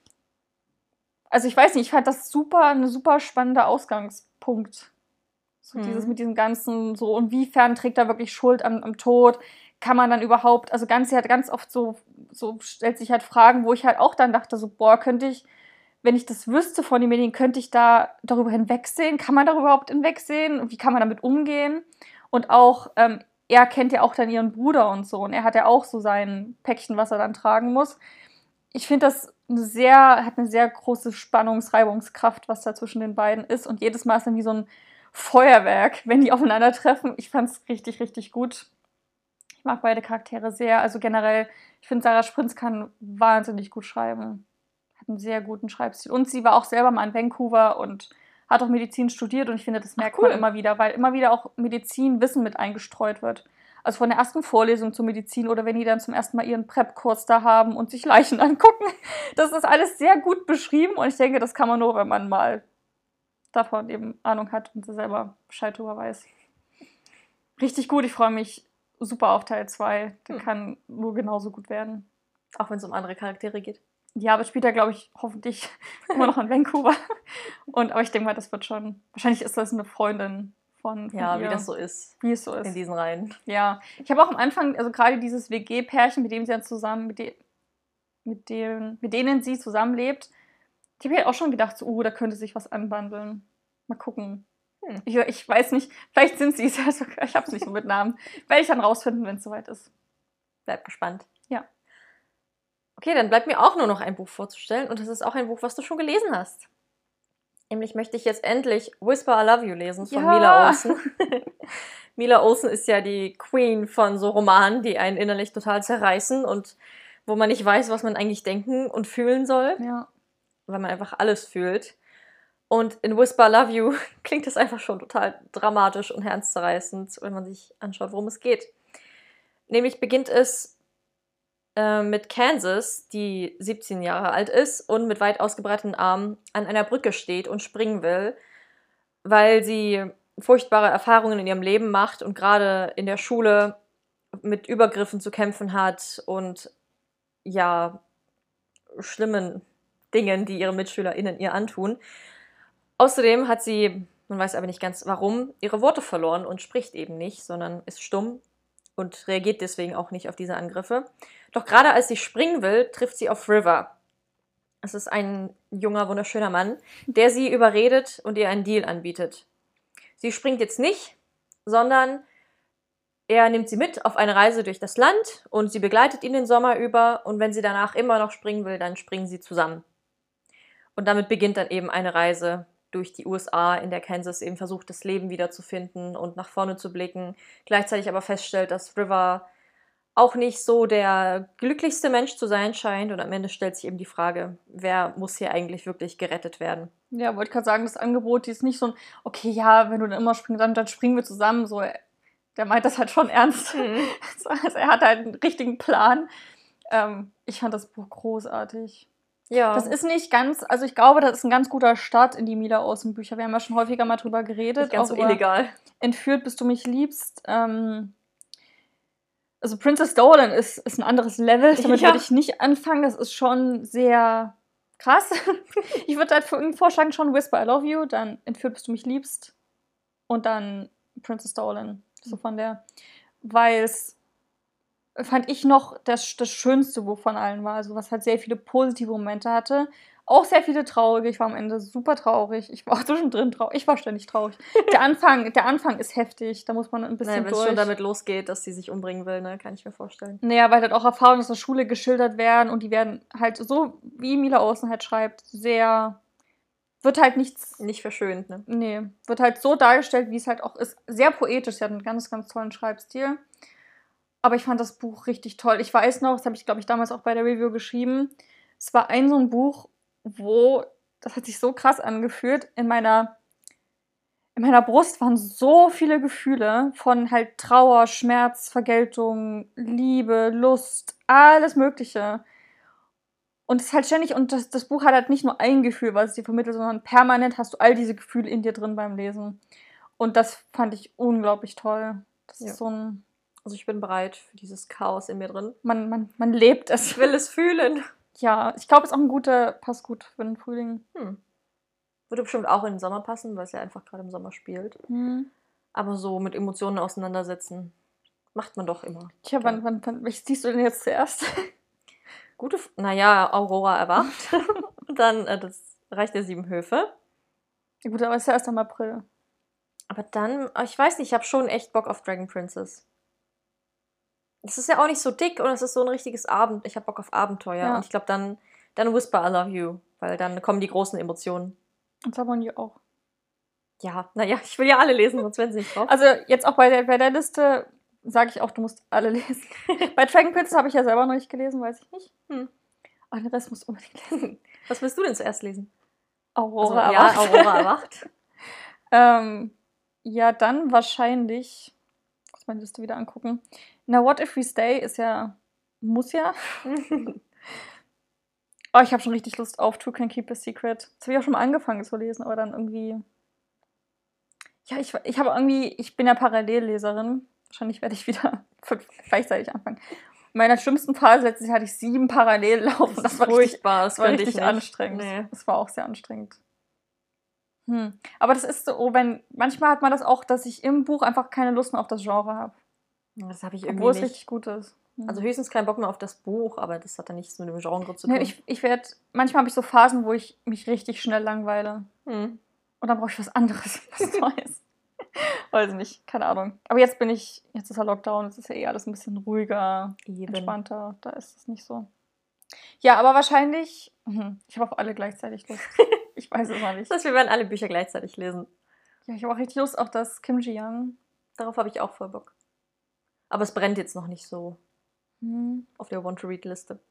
also ich weiß nicht, ich fand das ein super spannender Ausgangspunkt. So dieses mit diesem ganzen, so, inwiefern trägt er wirklich Schuld am Tod? Kann man dann überhaupt, also sie hat ganz oft so stellt sich halt Fragen, wo ich halt auch dann dachte, so, boah, könnte ich, wenn ich das wüsste von den Medien, könnte ich da darüber hinwegsehen? Kann man darüber überhaupt hinwegsehen? Und wie kann man damit umgehen? Und auch, er kennt ja auch dann ihren Bruder und so. Und er hat ja auch so sein Päckchen, was er dann tragen muss. Ich finde, das hat eine sehr große Spannungsreibungskraft, was da zwischen den beiden ist. Und jedes Mal ist dann wie so ein Feuerwerk, wenn die aufeinandertreffen. Ich fand es richtig, richtig gut. Ich mag beide Charaktere sehr. Also generell, ich finde, Sarah Sprintz kann wahnsinnig gut schreiben. Hat einen sehr guten Schreibstil. Und sie war auch selber mal in Vancouver und hat auch Medizin studiert. Und ich finde, das merkt man immer wieder, weil immer wieder auch Medizinwissen mit eingestreut wird. Also von der ersten Vorlesung zur Medizin oder wenn die dann zum ersten Mal ihren Prep-Kurs da haben und sich Leichen angucken. Das ist alles sehr gut beschrieben. Und ich denke, das kann man nur, wenn man mal davon eben Ahnung hat und selber Bescheid drüber weiß. Richtig gut, ich freue mich super auf Teil 2. Der kann nur genauso gut werden. Auch wenn es um andere Charaktere geht. Ja, aber später, glaube ich, hoffentlich immer noch in Vancouver. Aber ich denke mal, das wird schon, wahrscheinlich ist das eine Freundin von ja, ihr. wie das so ist. Wie es so ist. In diesen Reihen. Ja, ich habe auch am Anfang, also gerade dieses WG-Pärchen, mit dem sie dann zusammen, mit denen sie zusammenlebt, ich habe ja auch schon gedacht, so, da könnte sich was anbandeln. Mal gucken. Ich weiß nicht, vielleicht sind sie es ja sogar, ich habe es nicht so mit Namen. Werde ich dann rausfinden, wenn es soweit ist. Bleib gespannt. Ja. Okay, dann bleibt mir auch nur noch ein Buch vorzustellen und das ist auch ein Buch, was du schon gelesen hast. Nämlich möchte ich jetzt endlich Whisper I Love You lesen von Mila Olsen. Mila Olsen ist ja die Queen von so Romanen, die einen innerlich total zerreißen und wo man nicht weiß, was man eigentlich denken und fühlen soll. Ja. Weil man einfach alles fühlt. Und in Whisper I Love You klingt es einfach schon total dramatisch und herzzerreißend, wenn man sich anschaut, worum es geht. Nämlich beginnt es mit Kansas, die 17 Jahre alt ist und mit weit ausgebreiteten Armen an einer Brücke steht und springen will, weil sie furchtbare Erfahrungen in ihrem Leben macht und gerade in der Schule mit Übergriffen zu kämpfen hat und ja, schlimmen Dingen, die ihre MitschülerInnen ihr antun. Außerdem hat sie, man weiß aber nicht ganz warum, ihre Worte verloren und spricht eben nicht, sondern ist stumm und reagiert deswegen auch nicht auf diese Angriffe. Doch gerade als sie springen will, trifft sie auf River. Es ist ein junger, wunderschöner Mann, der sie überredet und ihr einen Deal anbietet. Sie springt jetzt nicht, sondern er nimmt sie mit auf eine Reise durch das Land und sie begleitet ihn den Sommer über und wenn sie danach immer noch springen will, dann springen sie zusammen. Und damit beginnt dann eben eine Reise durch die USA, in der Kansas eben versucht, das Leben wiederzufinden und nach vorne zu blicken, gleichzeitig aber feststellt, dass River auch nicht so der glücklichste Mensch zu sein scheint und am Ende stellt sich eben die Frage, wer muss hier eigentlich wirklich gerettet werden? Ja, wollte gerade sagen, das Angebot, die ist nicht so ein, okay, ja, wenn du dann immer springst, dann springen wir zusammen, so, der meint das halt schon ernst. Also er hat halt einen richtigen Plan. Ich fand das Buch großartig. Ja. Das ist nicht ganz, also ich glaube, das ist ein ganz guter Start in die Mila Olsen Bücher. Wir haben ja schon häufiger mal drüber geredet. Nicht ganz auch so über illegal. Entführt, bis du mich liebst. Also Princess Dolan ist ein anderes Level. Damit würde ich nicht anfangen. Das ist schon sehr krass. Ich würde halt vorschlagen, schon Whisper I Love You, dann Entführt, bis du mich liebst und dann Princess Dolan. So von der, weil es fand ich noch das schönste Buch von allen war. Also was halt sehr viele positive Momente hatte. Auch sehr viele traurige. Ich war am Ende super traurig. Ich war auch zwischendrin traurig. Ich war ständig traurig. Der Anfang ist heftig. Da muss man ein bisschen wenn es schon damit losgeht, dass sie sich umbringen will, ne, kann ich mir vorstellen. Naja, weil halt auch Erfahrungen aus der Schule geschildert werden und die werden halt so, wie Mila Olsen halt schreibt, wird halt nichts... Nicht verschönt, ne? Nee, wird halt so dargestellt, wie es halt auch ist. Sehr poetisch. Sie hat einen ganz, ganz tollen Schreibstil. Aber ich fand das Buch richtig toll. Ich weiß noch, das habe ich, glaube ich, damals auch bei der Review geschrieben. Es war so ein Buch, wo, das hat sich so krass angefühlt, in meiner Brust waren so viele Gefühle von halt Trauer, Schmerz, Vergeltung, Liebe, Lust, alles Mögliche. Und es ist halt ständig, und das Buch hat halt nicht nur ein Gefühl, was es dir vermittelt, sondern permanent hast du all diese Gefühle in dir drin beim Lesen. Und das fand ich unglaublich toll. Das ist so ein... Also ich bin bereit für dieses Chaos in mir drin. Man lebt es. Ich will es fühlen. Ja, ich glaube, es ist auch passt gut für den Frühling. Würde bestimmt auch in den Sommer passen, weil es ja einfach gerade im Sommer spielt. Aber so mit Emotionen auseinandersetzen, macht man doch immer. Tja, welches siehst du denn jetzt zuerst? Aurora erwacht. Und dann das Reich der 7 Höfe. Ja, gut, aber es ist ja erst im April. Aber dann, ich weiß nicht, ich habe schon echt Bock auf Dragon Princess. Es ist ja auch nicht so dick und es ist so ein richtiges Ich habe Bock auf Abenteuer. Ja. Und ich glaube, dann Whisper I Love You, weil dann kommen die großen Emotionen. Und Sabonie auch. Ja, ich will ja alle lesen, sonst werden sie nicht drauf. Also jetzt auch bei der Liste sage ich auch, du musst alle lesen. Bei Dragon Princess habe ich ja selber noch nicht gelesen, weiß ich nicht. Aber den Rest musst du unbedingt lesen. Was willst du denn zuerst lesen? Aurora erwacht. Ja, Aurora erwacht. Ja, dann wahrscheinlich... Ich muss meine Liste wieder angucken. Na, What If We Stay muss ja. Oh, ich habe schon richtig Lust auf Two Can Keep a Secret. Das habe ich auch schon mal angefangen zu lesen, aber dann irgendwie... Ja, ich bin ja Parallelleserin. Wahrscheinlich werde ich wieder 5 gleichzeitig anfangen. In meiner schlimmsten Phase letztes Jahr hatte ich 7 parallel laufen. Das war furchtbar. Das war richtig anstrengend. Nee. Das war auch sehr anstrengend. Aber das ist so, manchmal hat man das auch, dass ich im Buch einfach keine Lust mehr auf das Genre habe. Das habe ich irgendwie Obwohl nicht. Es richtig gut ist. Also höchstens keinen Bock mehr auf das Buch, aber das hat dann nichts mit dem Genre zu tun. Nee, manchmal habe ich so Phasen, wo ich mich richtig schnell langweile. Und dann brauche ich was anderes, was Neues. Weiß nicht, keine Ahnung. Aber jetzt ist ja Lockdown, es ist ja alles ein bisschen ruhiger, entspannter. Da ist es nicht so. Ja, aber wahrscheinlich, ich habe auf alle gleichzeitig Lust. Ich weiß es noch nicht. Das heißt, wir werden alle Bücher gleichzeitig lesen. Ja, ich habe auch richtig Lust auf das Kim Ji-young. Darauf habe ich auch voll Bock. Aber es brennt jetzt noch nicht so auf der Want-to-Read-Liste.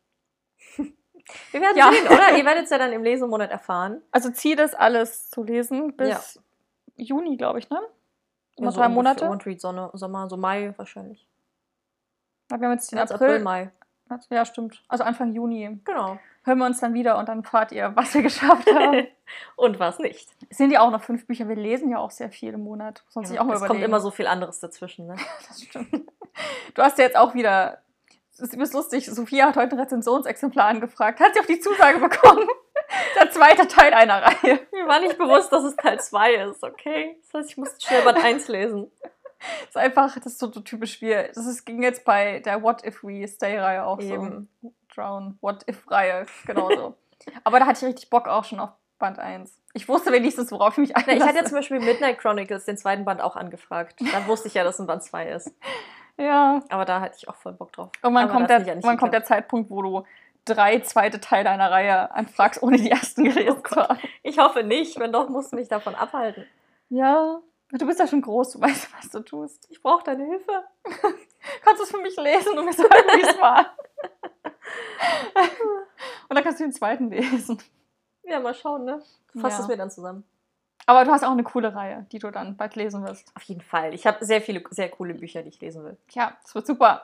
Wir werden sehen, oder? Ihr werdet es ja dann im Lesemonat erfahren. Also Ziel ist, alles zu lesen bis Juni, glaube ich, ne? Immer 3 Monate. Want-to-Read Sommer, so Mai wahrscheinlich. Aber wir haben jetzt den April, Mai. Ja, stimmt. Also Anfang Juni. Genau. Hören wir uns dann wieder und dann erfahrt ihr, was wir geschafft haben. Und was nicht. Es sind ja auch noch 5 Bücher. Wir lesen ja auch sehr viel im Monat. Sonst auch mal es kommt immer so viel anderes dazwischen, ne? Das stimmt. Du hast ja jetzt auch wieder... Es ist lustig, Sophia hat heute ein Rezensionsexemplar angefragt. Hat sie auch die Zusage bekommen? Der 2. Teil einer Reihe. Mir war nicht bewusst, dass es Teil 2 ist, okay? Das heißt, ich musste schnell Band 1 lesen. Das ist so typisch wie... ging jetzt bei der What If We Stay-Reihe auch eben. So. Drown, What If-Reihe, genauso. Aber da hatte ich richtig Bock auch schon auf Band 1. Ich wusste wenigstens, worauf ich mich einlasse. Ich hatte ja zum Beispiel Midnight Chronicles, den 2. Band, auch angefragt. Dann wusste ich ja, dass ein Band 2 ist. Ja. Aber da hatte ich auch voll Bock drauf. Irgendwann kommt der Zeitpunkt, wo du 3 zweite Teile einer Reihe anfragst, ohne die ersten gelesen zu haben. Ich hoffe nicht. Wenn doch, musst du mich davon abhalten. Ja, du bist ja schon groß, du weißt, was du tust. Ich brauche deine Hilfe. Kannst du es für mich lesen und mir sagen, wie es war? Und dann kannst du den 2. lesen. Ja, mal schauen, ne? Du fasst es mir dann zusammen. Aber du hast auch eine coole Reihe, die du dann bald lesen wirst. Auf jeden Fall. Ich habe sehr viele, sehr coole Bücher, die ich lesen will. Ja, das wird super.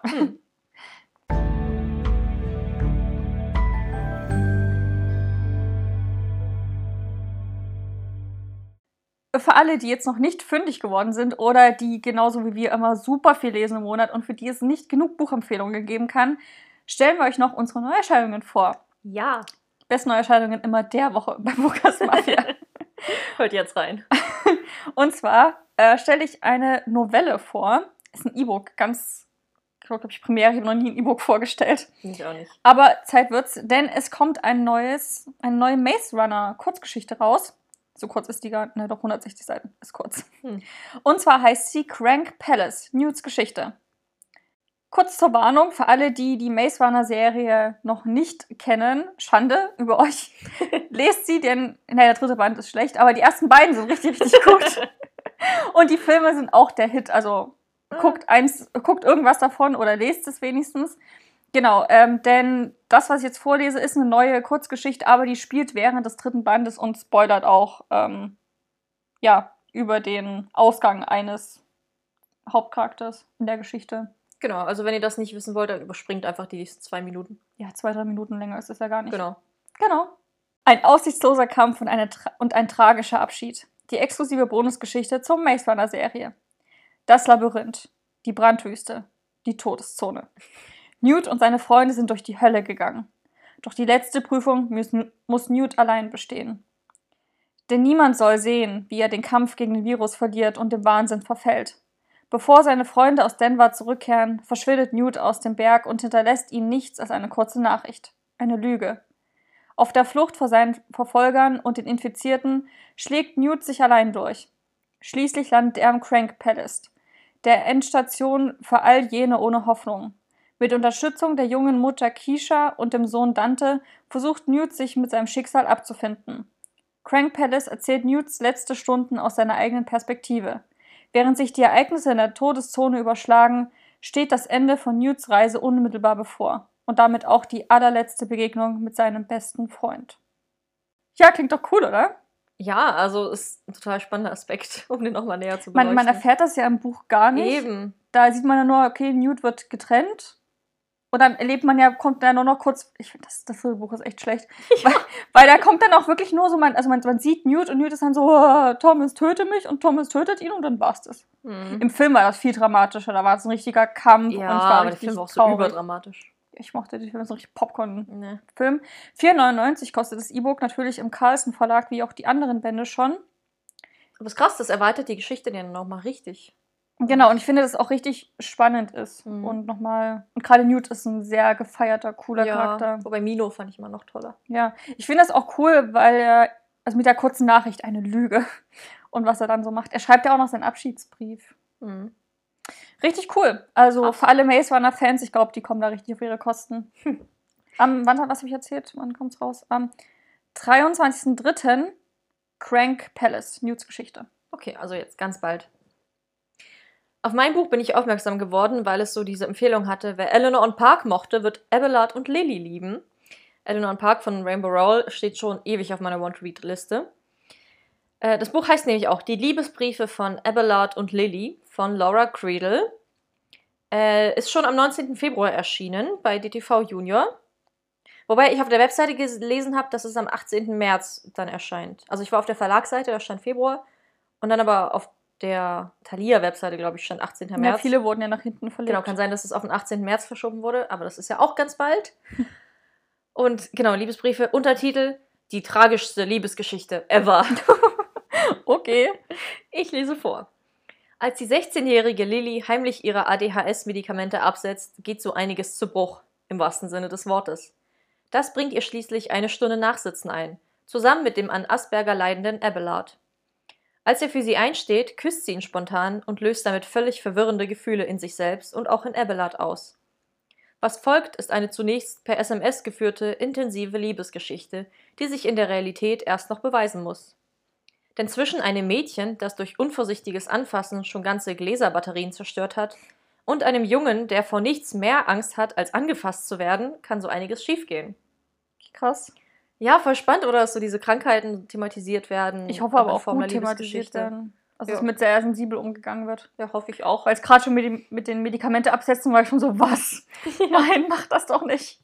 für alle, die jetzt noch nicht fündig geworden sind oder die genauso wie wir immer super viel lesen im Monat und für die es nicht genug Buchempfehlungen geben kann, stellen wir euch noch unsere Neuerscheinungen vor. Ja. Besten Neuerscheinungen immer der Woche bei Bukas Mafia. Hört jetzt rein. Und zwar stelle ich eine Novelle vor. Ist ein E-Book, ganz, glaube ich, Premiere. Ich habe noch nie ein E-Book vorgestellt. Ich auch nicht. Aber Zeit wird's, denn es kommt eine neue Maze Runner Kurzgeschichte raus. So kurz ist die gar nicht, doch 160 Seiten, ist kurz. Und zwar heißt sie Crank Palace, Newts Geschichte. Kurz zur Warnung, für alle, die die Maze Runner Serie noch nicht kennen, Schande über euch, lest sie, denn der dritte Band ist schlecht, aber die ersten beiden sind richtig, richtig gut. Und die Filme sind auch der Hit, also guckt irgendwas davon oder lest es wenigstens. Genau, denn das, was ich jetzt vorlese, ist eine neue Kurzgeschichte, aber die spielt während des dritten Bandes und spoilert auch über den Ausgang eines Hauptcharakters in der Geschichte. Genau, also wenn ihr das nicht wissen wollt, dann überspringt einfach die nächsten 2 Minuten. Ja, 2-3 Minuten länger ist es ja gar nicht. Genau. Ein aussichtsloser Kampf und ein tragischer Abschied. Die exklusive Bonusgeschichte zur Maze Runner Serie. Das Labyrinth, die Brandwüste, die Todeszone. Newt und seine Freunde sind durch die Hölle gegangen. Doch die letzte Prüfung muss Newt allein bestehen. Denn niemand soll sehen, wie er den Kampf gegen den Virus verliert und im Wahnsinn verfällt. Bevor seine Freunde aus Denver zurückkehren, verschwindet Newt aus dem Berg und hinterlässt ihnen nichts als eine kurze Nachricht. Eine Lüge. Auf der Flucht vor seinen Verfolgern und den Infizierten schlägt Newt sich allein durch. Schließlich landet er im Crank Palace, der Endstation für all jene ohne Hoffnung. Mit Unterstützung der jungen Mutter Keisha und dem Sohn Dante versucht Newt, sich mit seinem Schicksal abzufinden. Crank Palace erzählt Newts letzte Stunden aus seiner eigenen Perspektive. Während sich die Ereignisse in der Todeszone überschlagen, steht das Ende von Newts Reise unmittelbar bevor. Und damit auch die allerletzte Begegnung mit seinem besten Freund. Ja, klingt doch cool, oder? Ja, also ist ein total spannender Aspekt, um den nochmal näher zu beleuchten. Man erfährt das ja im Buch gar nicht. Eben. Da sieht man ja nur, okay, Newt wird getrennt. Und dann kommt dann nur noch kurz, ich finde, das dritte Buch ist echt schlecht, ja. weil da kommt dann auch wirklich nur so, man sieht Newt und Newt ist dann so, oh, Thomas töte mich und Thomas tötet ihn und dann war's das. Im Film war das viel dramatischer, da war es ein richtiger Kampf ja, und es war aber der Film war auch so überdramatisch. Ich mochte den Film, so richtig Popcorn-Film. 4,99 kostet das E-Book, natürlich im Carlsen Verlag, wie auch die anderen Bände schon. Aber es ist krass, das erweitert die Geschichte dann nochmal richtig. Genau, und ich finde, dass es auch richtig spannend ist. Und gerade Newt ist ein sehr gefeierter, cooler Charakter. Wobei Mino fand ich immer noch toller. Ja, ich finde das auch cool, weil er, also mit der kurzen Nachricht, eine Lüge und was er dann so macht. Er schreibt ja auch noch seinen Abschiedsbrief. Richtig cool. Also für alle Maze Runner-Fans, ich glaube, die kommen da richtig auf ihre Kosten. Was habe ich erzählt? Wann kommt's raus? Am 23.03. Crank Palace, Newts Geschichte. Okay, also jetzt ganz bald. Auf mein Buch bin ich aufmerksam geworden, weil es so diese Empfehlung hatte, wer Eleanor und Park mochte, wird Abelard und Lily lieben. Eleanor und Park von Rainbow Rowell steht schon ewig auf meiner Want-to-Read-Liste. Das Buch heißt nämlich auch Die Liebesbriefe von Abelard und Lily von Laura Creedle. Ist schon am 19. Februar erschienen bei DTV Junior. Wobei ich auf der Webseite gelesen habe, dass es am 18. März dann erscheint. Also ich war auf der Verlagsseite, da stand Februar. Und dann aber auf der Thalia-Webseite, glaube ich, stand 18. März. Ja, viele wurden ja nach hinten verlegt. Genau, kann sein, dass es auf den 18. März verschoben wurde, aber das ist ja auch ganz bald. Und genau, Liebesbriefe, Untertitel, die tragischste Liebesgeschichte ever. Okay. Ich lese vor. Als die 16-jährige Lily heimlich ihre ADHS-Medikamente absetzt, geht so einiges zu Bruch, im wahrsten Sinne des Wortes. Das bringt ihr schließlich eine Stunde Nachsitzen ein, zusammen mit dem an Asperger leidenden Abelard. Als er für sie einsteht, küsst sie ihn spontan und löst damit völlig verwirrende Gefühle in sich selbst und auch in Abelard aus. Was folgt, ist eine zunächst per SMS geführte, intensive Liebesgeschichte, die sich in der Realität erst noch beweisen muss. Denn zwischen einem Mädchen, das durch unvorsichtiges Anfassen schon ganze Gläserbatterien zerstört hat, und einem Jungen, der vor nichts mehr Angst hat, als angefasst zu werden, kann so einiges schiefgehen. Krass. Ja, voll spannend, oder? Dass so diese Krankheiten thematisiert werden. Ich hoffe aber auch gut thematisiert werden. Also dass mit sehr sensibel umgegangen wird. Ja, hoffe ich auch. Weil es gerade schon mit den Medikamente absetzen war ich schon so, was? Ja. Nein, mach das doch nicht.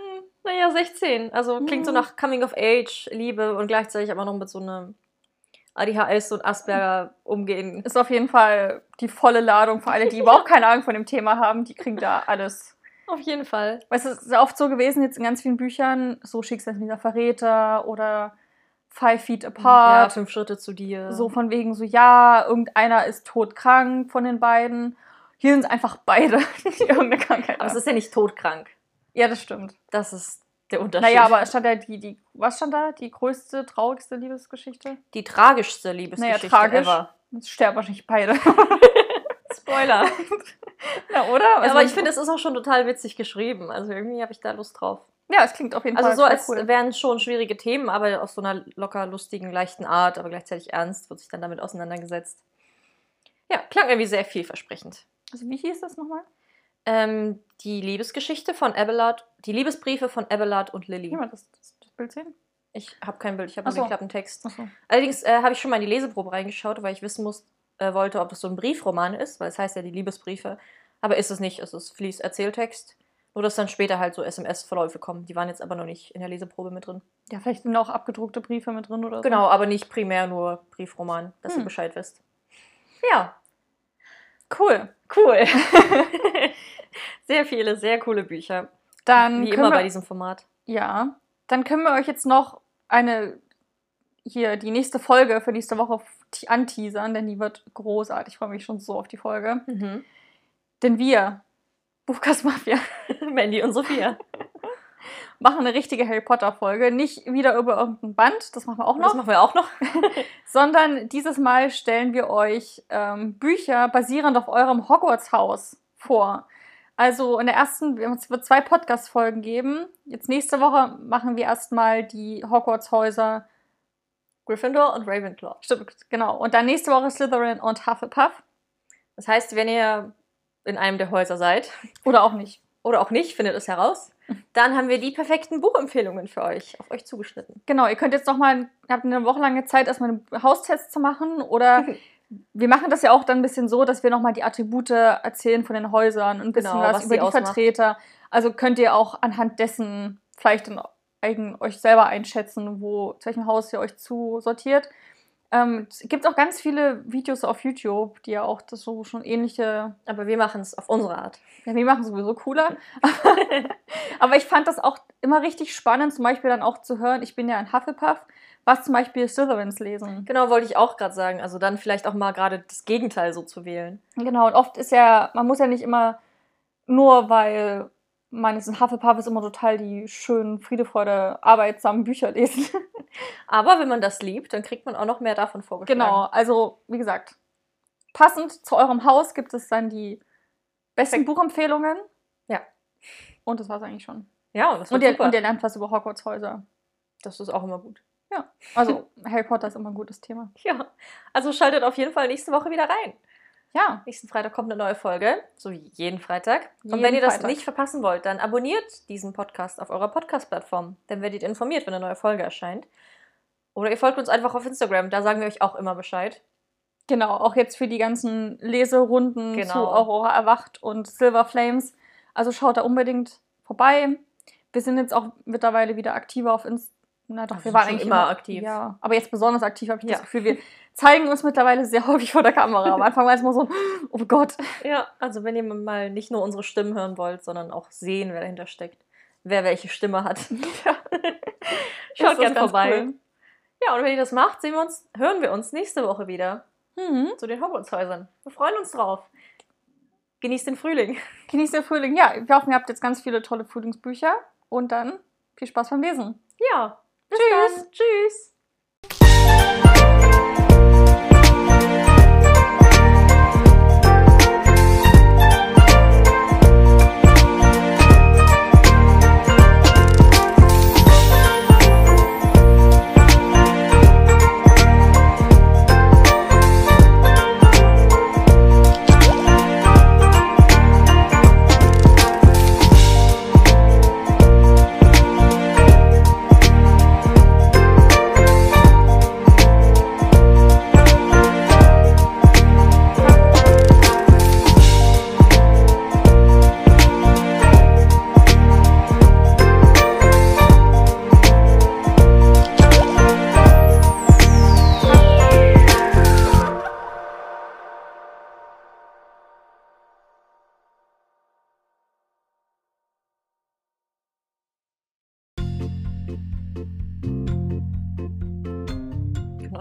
Naja, 16. Also klingt so nach Coming of Age, Liebe und gleichzeitig aber noch mit so einem ADHS und Asperger umgehen. Ist auf jeden Fall die volle Ladung für alle, die überhaupt keine Ahnung von dem Thema haben. Die kriegen da alles. Auf jeden Fall. Weißt du, es ist ja oft so gewesen, jetzt in ganz vielen Büchern, so Schicksalsleser Verräter oder 5 Feet Apart. Ja, 5 Schritte zu dir. So von wegen so, ja, irgendeiner ist todkrank von den beiden. Hier sind es einfach beide, die irgendeine Krankheit Aber es haben. ist ja nicht todkrank. Ja, das stimmt. Das ist der Unterschied. Naja, aber stand ja was stand da? Die größte, traurigste Liebesgeschichte? Die tragischste Liebesgeschichte ever. Es sterben wahrscheinlich beide. Spoiler. Ja, oder? Ja, aber ich finde, es ist auch schon total witzig geschrieben. Also irgendwie habe ich da Lust drauf. Ja, es klingt auf jeden Fall Also so, als cool. wären schon schwierige Themen, aber auf so einer locker, lustigen, leichten Art, aber gleichzeitig ernst, wird sich dann damit auseinandergesetzt. Ja, klang irgendwie sehr vielversprechend. Also wie hieß das nochmal? Die Liebesgeschichte von Abelard, die Liebesbriefe von Abelard und Lily. Kann man das Bild sehen? Ich habe kein Bild, ich habe nur Ach so. den Klappentext. Achso. Allerdings habe ich schon mal in die Leseprobe reingeschaut, weil ich wissen wollte, ob das so ein Briefroman ist, weil es heißt ja die Liebesbriefe. Aber ist es nicht, es ist Fließ-Erzähltext. Nur, dass dann später halt so SMS-Verläufe kommen. Die waren jetzt aber noch nicht in der Leseprobe mit drin. Ja, vielleicht sind da auch abgedruckte Briefe mit drin oder so. Genau, aber nicht primär nur Briefroman, dass ihr Bescheid wisst. Ja. Cool. Cool. Sehr viele, sehr coole Bücher. Dann Wie können immer wir, bei diesem Format. Ja. Dann können wir euch jetzt noch die nächste Folge für nächste Woche anteasern, denn die wird großartig. Ich freue mich schon so auf die Folge. Mhm. Denn wir, Buchcast Mafia, Mandy und Sophia. machen eine richtige Harry Potter-Folge. Nicht wieder über irgendein Band, das machen wir auch Das noch, machen wir auch noch. sondern dieses Mal stellen wir euch Bücher basierend auf eurem Hogwarts-Haus vor. Also es wird 2 Podcast-Folgen geben. Jetzt nächste Woche machen wir erstmal die Hogwarts-Häuser. Gryffindor und Ravenclaw. Stimmt, genau. Und dann nächste Woche Slytherin und Hufflepuff. Das heißt, wenn ihr in einem der Häuser seid, Oder auch nicht. oder auch nicht, findet es heraus, dann haben wir die perfekten Buchempfehlungen für euch, auf euch zugeschnitten. Genau, ihr könnt jetzt habt eine Woche lange Zeit, erstmal einen Haustest zu machen. Oder wir machen das ja auch dann ein bisschen so, dass wir nochmal die Attribute erzählen von den Häusern und ein bisschen Genau, was was über die die ausmacht. Vertreter. Also könnt ihr auch anhand dessen vielleicht euch selber einschätzen, zu welchem Haus ihr euch zusortiert. Es gibt auch ganz viele Videos auf YouTube, die ja auch das so schon ähnliche. Aber wir machen es auf unsere Art. Ja, wir machen sowieso cooler. Aber ich fand das auch immer richtig spannend, zum Beispiel dann auch zu hören, ich bin ja ein Hufflepuff, was zum Beispiel Slytherins lesen. Genau, wollte ich auch gerade sagen. Also dann vielleicht auch mal gerade das Gegenteil so zu wählen. Genau, und oft man muss ja nicht immer nur, weil man ist ein Hufflepuff, ist immer total die schönen, Friede, Freude, arbeitsamen Bücher lesen. Aber wenn man das liebt, dann kriegt man auch noch mehr davon vorgeschlagen. Genau, also wie gesagt, passend zu eurem Haus gibt es dann die besten Buchempfehlungen. Ja. Und das war's eigentlich schon. Ja, und das Und wird super. ihr lernt was über Hogwarts-Häuser. Das ist auch immer gut. Ja, also Harry Potter ist immer ein gutes Thema. Ja, also schaltet auf jeden Fall nächste Woche wieder rein. Ja. Nächsten Freitag kommt eine neue Folge, so wie jeden Freitag. Und Jeden wenn ihr das Freitag. nicht verpassen wollt, dann abonniert diesen Podcast auf eurer Podcast-Plattform. Dann werdet ihr informiert, wenn eine neue Folge erscheint. Oder ihr folgt uns einfach auf Instagram, da sagen wir euch auch immer Bescheid. Genau, auch jetzt für die ganzen Leserunden Genau. zu Aurora Erwacht und Silver Flames. Also schaut da unbedingt vorbei. Wir sind jetzt auch mittlerweile wieder aktiver auf Instagram. Na doch, Wir wir waren sind schon eigentlich immer aktiv. Ja, aber jetzt besonders aktiv habe ich das Ja. Gefühl, wir zeigen uns mittlerweile sehr häufig vor der Kamera. Am Anfang war es immer so, oh Gott. Ja, also wenn ihr mal nicht nur unsere Stimmen hören wollt, sondern auch sehen, wer dahinter steckt. Wer welche Stimme hat. Ja. Schaut Das ist gern ganz vorbei. cool. Ja, und wenn ihr das macht, hören wir uns nächste Woche wieder Mhm. zu den Hogwarts-Häusern. Wir freuen uns drauf. Genießt den Frühling. Genießt den Frühling. Ja, wir hoffen, ihr habt jetzt ganz viele tolle Frühlingsbücher und dann viel Spaß beim Lesen. Ja. Bis Tschüss. dann. Tschüss.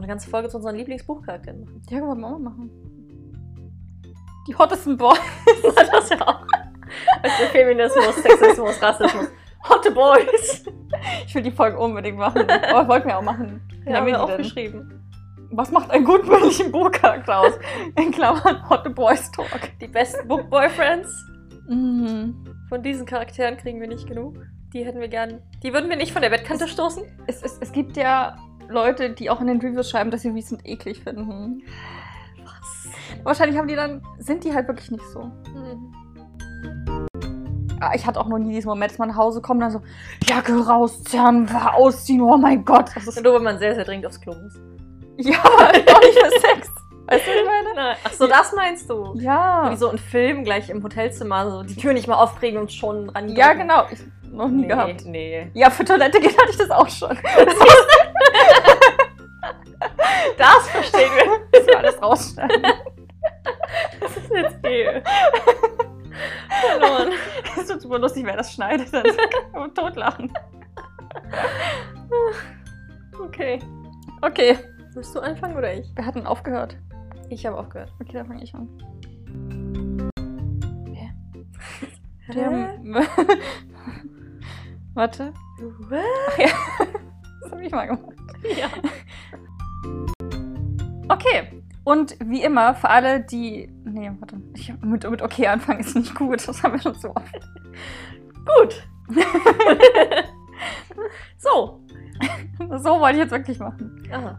eine ganze Folge zu unseren Lieblingsbuchcharakteren machen. Ja, können wir mal machen. Die hottesten Boys. Das ja auch. Also Feminismus, Sexismus, Rassismus. Hotte Boys. Ich will die Folge unbedingt machen. Aber wollten wir auch machen. Ja, haben wir aufgeschrieben. Was macht einen guten männlichen Buchcharakter aus? In Klammern Hotte Boys Talk. Die besten Book Boyfriends. Mhm. Von diesen Charakteren kriegen wir nicht genug. Die hätten wir gern. Die würden wir nicht von der Bettkante stoßen. Es gibt ja Leute, die auch in den Reviews schreiben, dass sie Recent eklig finden. Was? Wahrscheinlich sind die halt wirklich nicht so. Ich hatte auch noch nie diesen Moment, dass man nach Hause kommt und dann so, Jacke rauszerren, ausziehen, oh mein Gott. Das ist Nur wenn man sehr, sehr dringend aufs Klo muss. ja, aber auch nicht für Sex. Weißt du, was ich meine? Nein. Ach so, das meinst du? Ja. Wo die so in Filmen gleich im Hotelzimmer so die Tür nicht mal aufkriegen und schon ran. Ja, genau. Ich noch nie gehabt. Nee. Ja, für Toilette gehen hatte ich das auch schon. Das verstehen wir. Das wir alles rausschneiden. Das ist jetzt verloren. Es wird super lustig, wer das schneidet. Dann kann man totlachen. Okay. Okay. Willst du anfangen oder ich? Wir hatten aufgehört. Ich habe aufgehört. Okay, dann fange ich an. Hä? Warte. What? Ja. Das habe ich mal gemacht. Ja. Okay. Und wie immer, für alle, die... Nee, warte. Mit okay anfangen ist nicht gut. Das haben wir schon so oft. Gut. So. So wollte ich jetzt wirklich machen. Aha.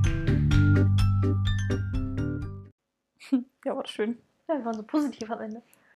Ja, war schön. Ja, wir waren so positiv am Ende.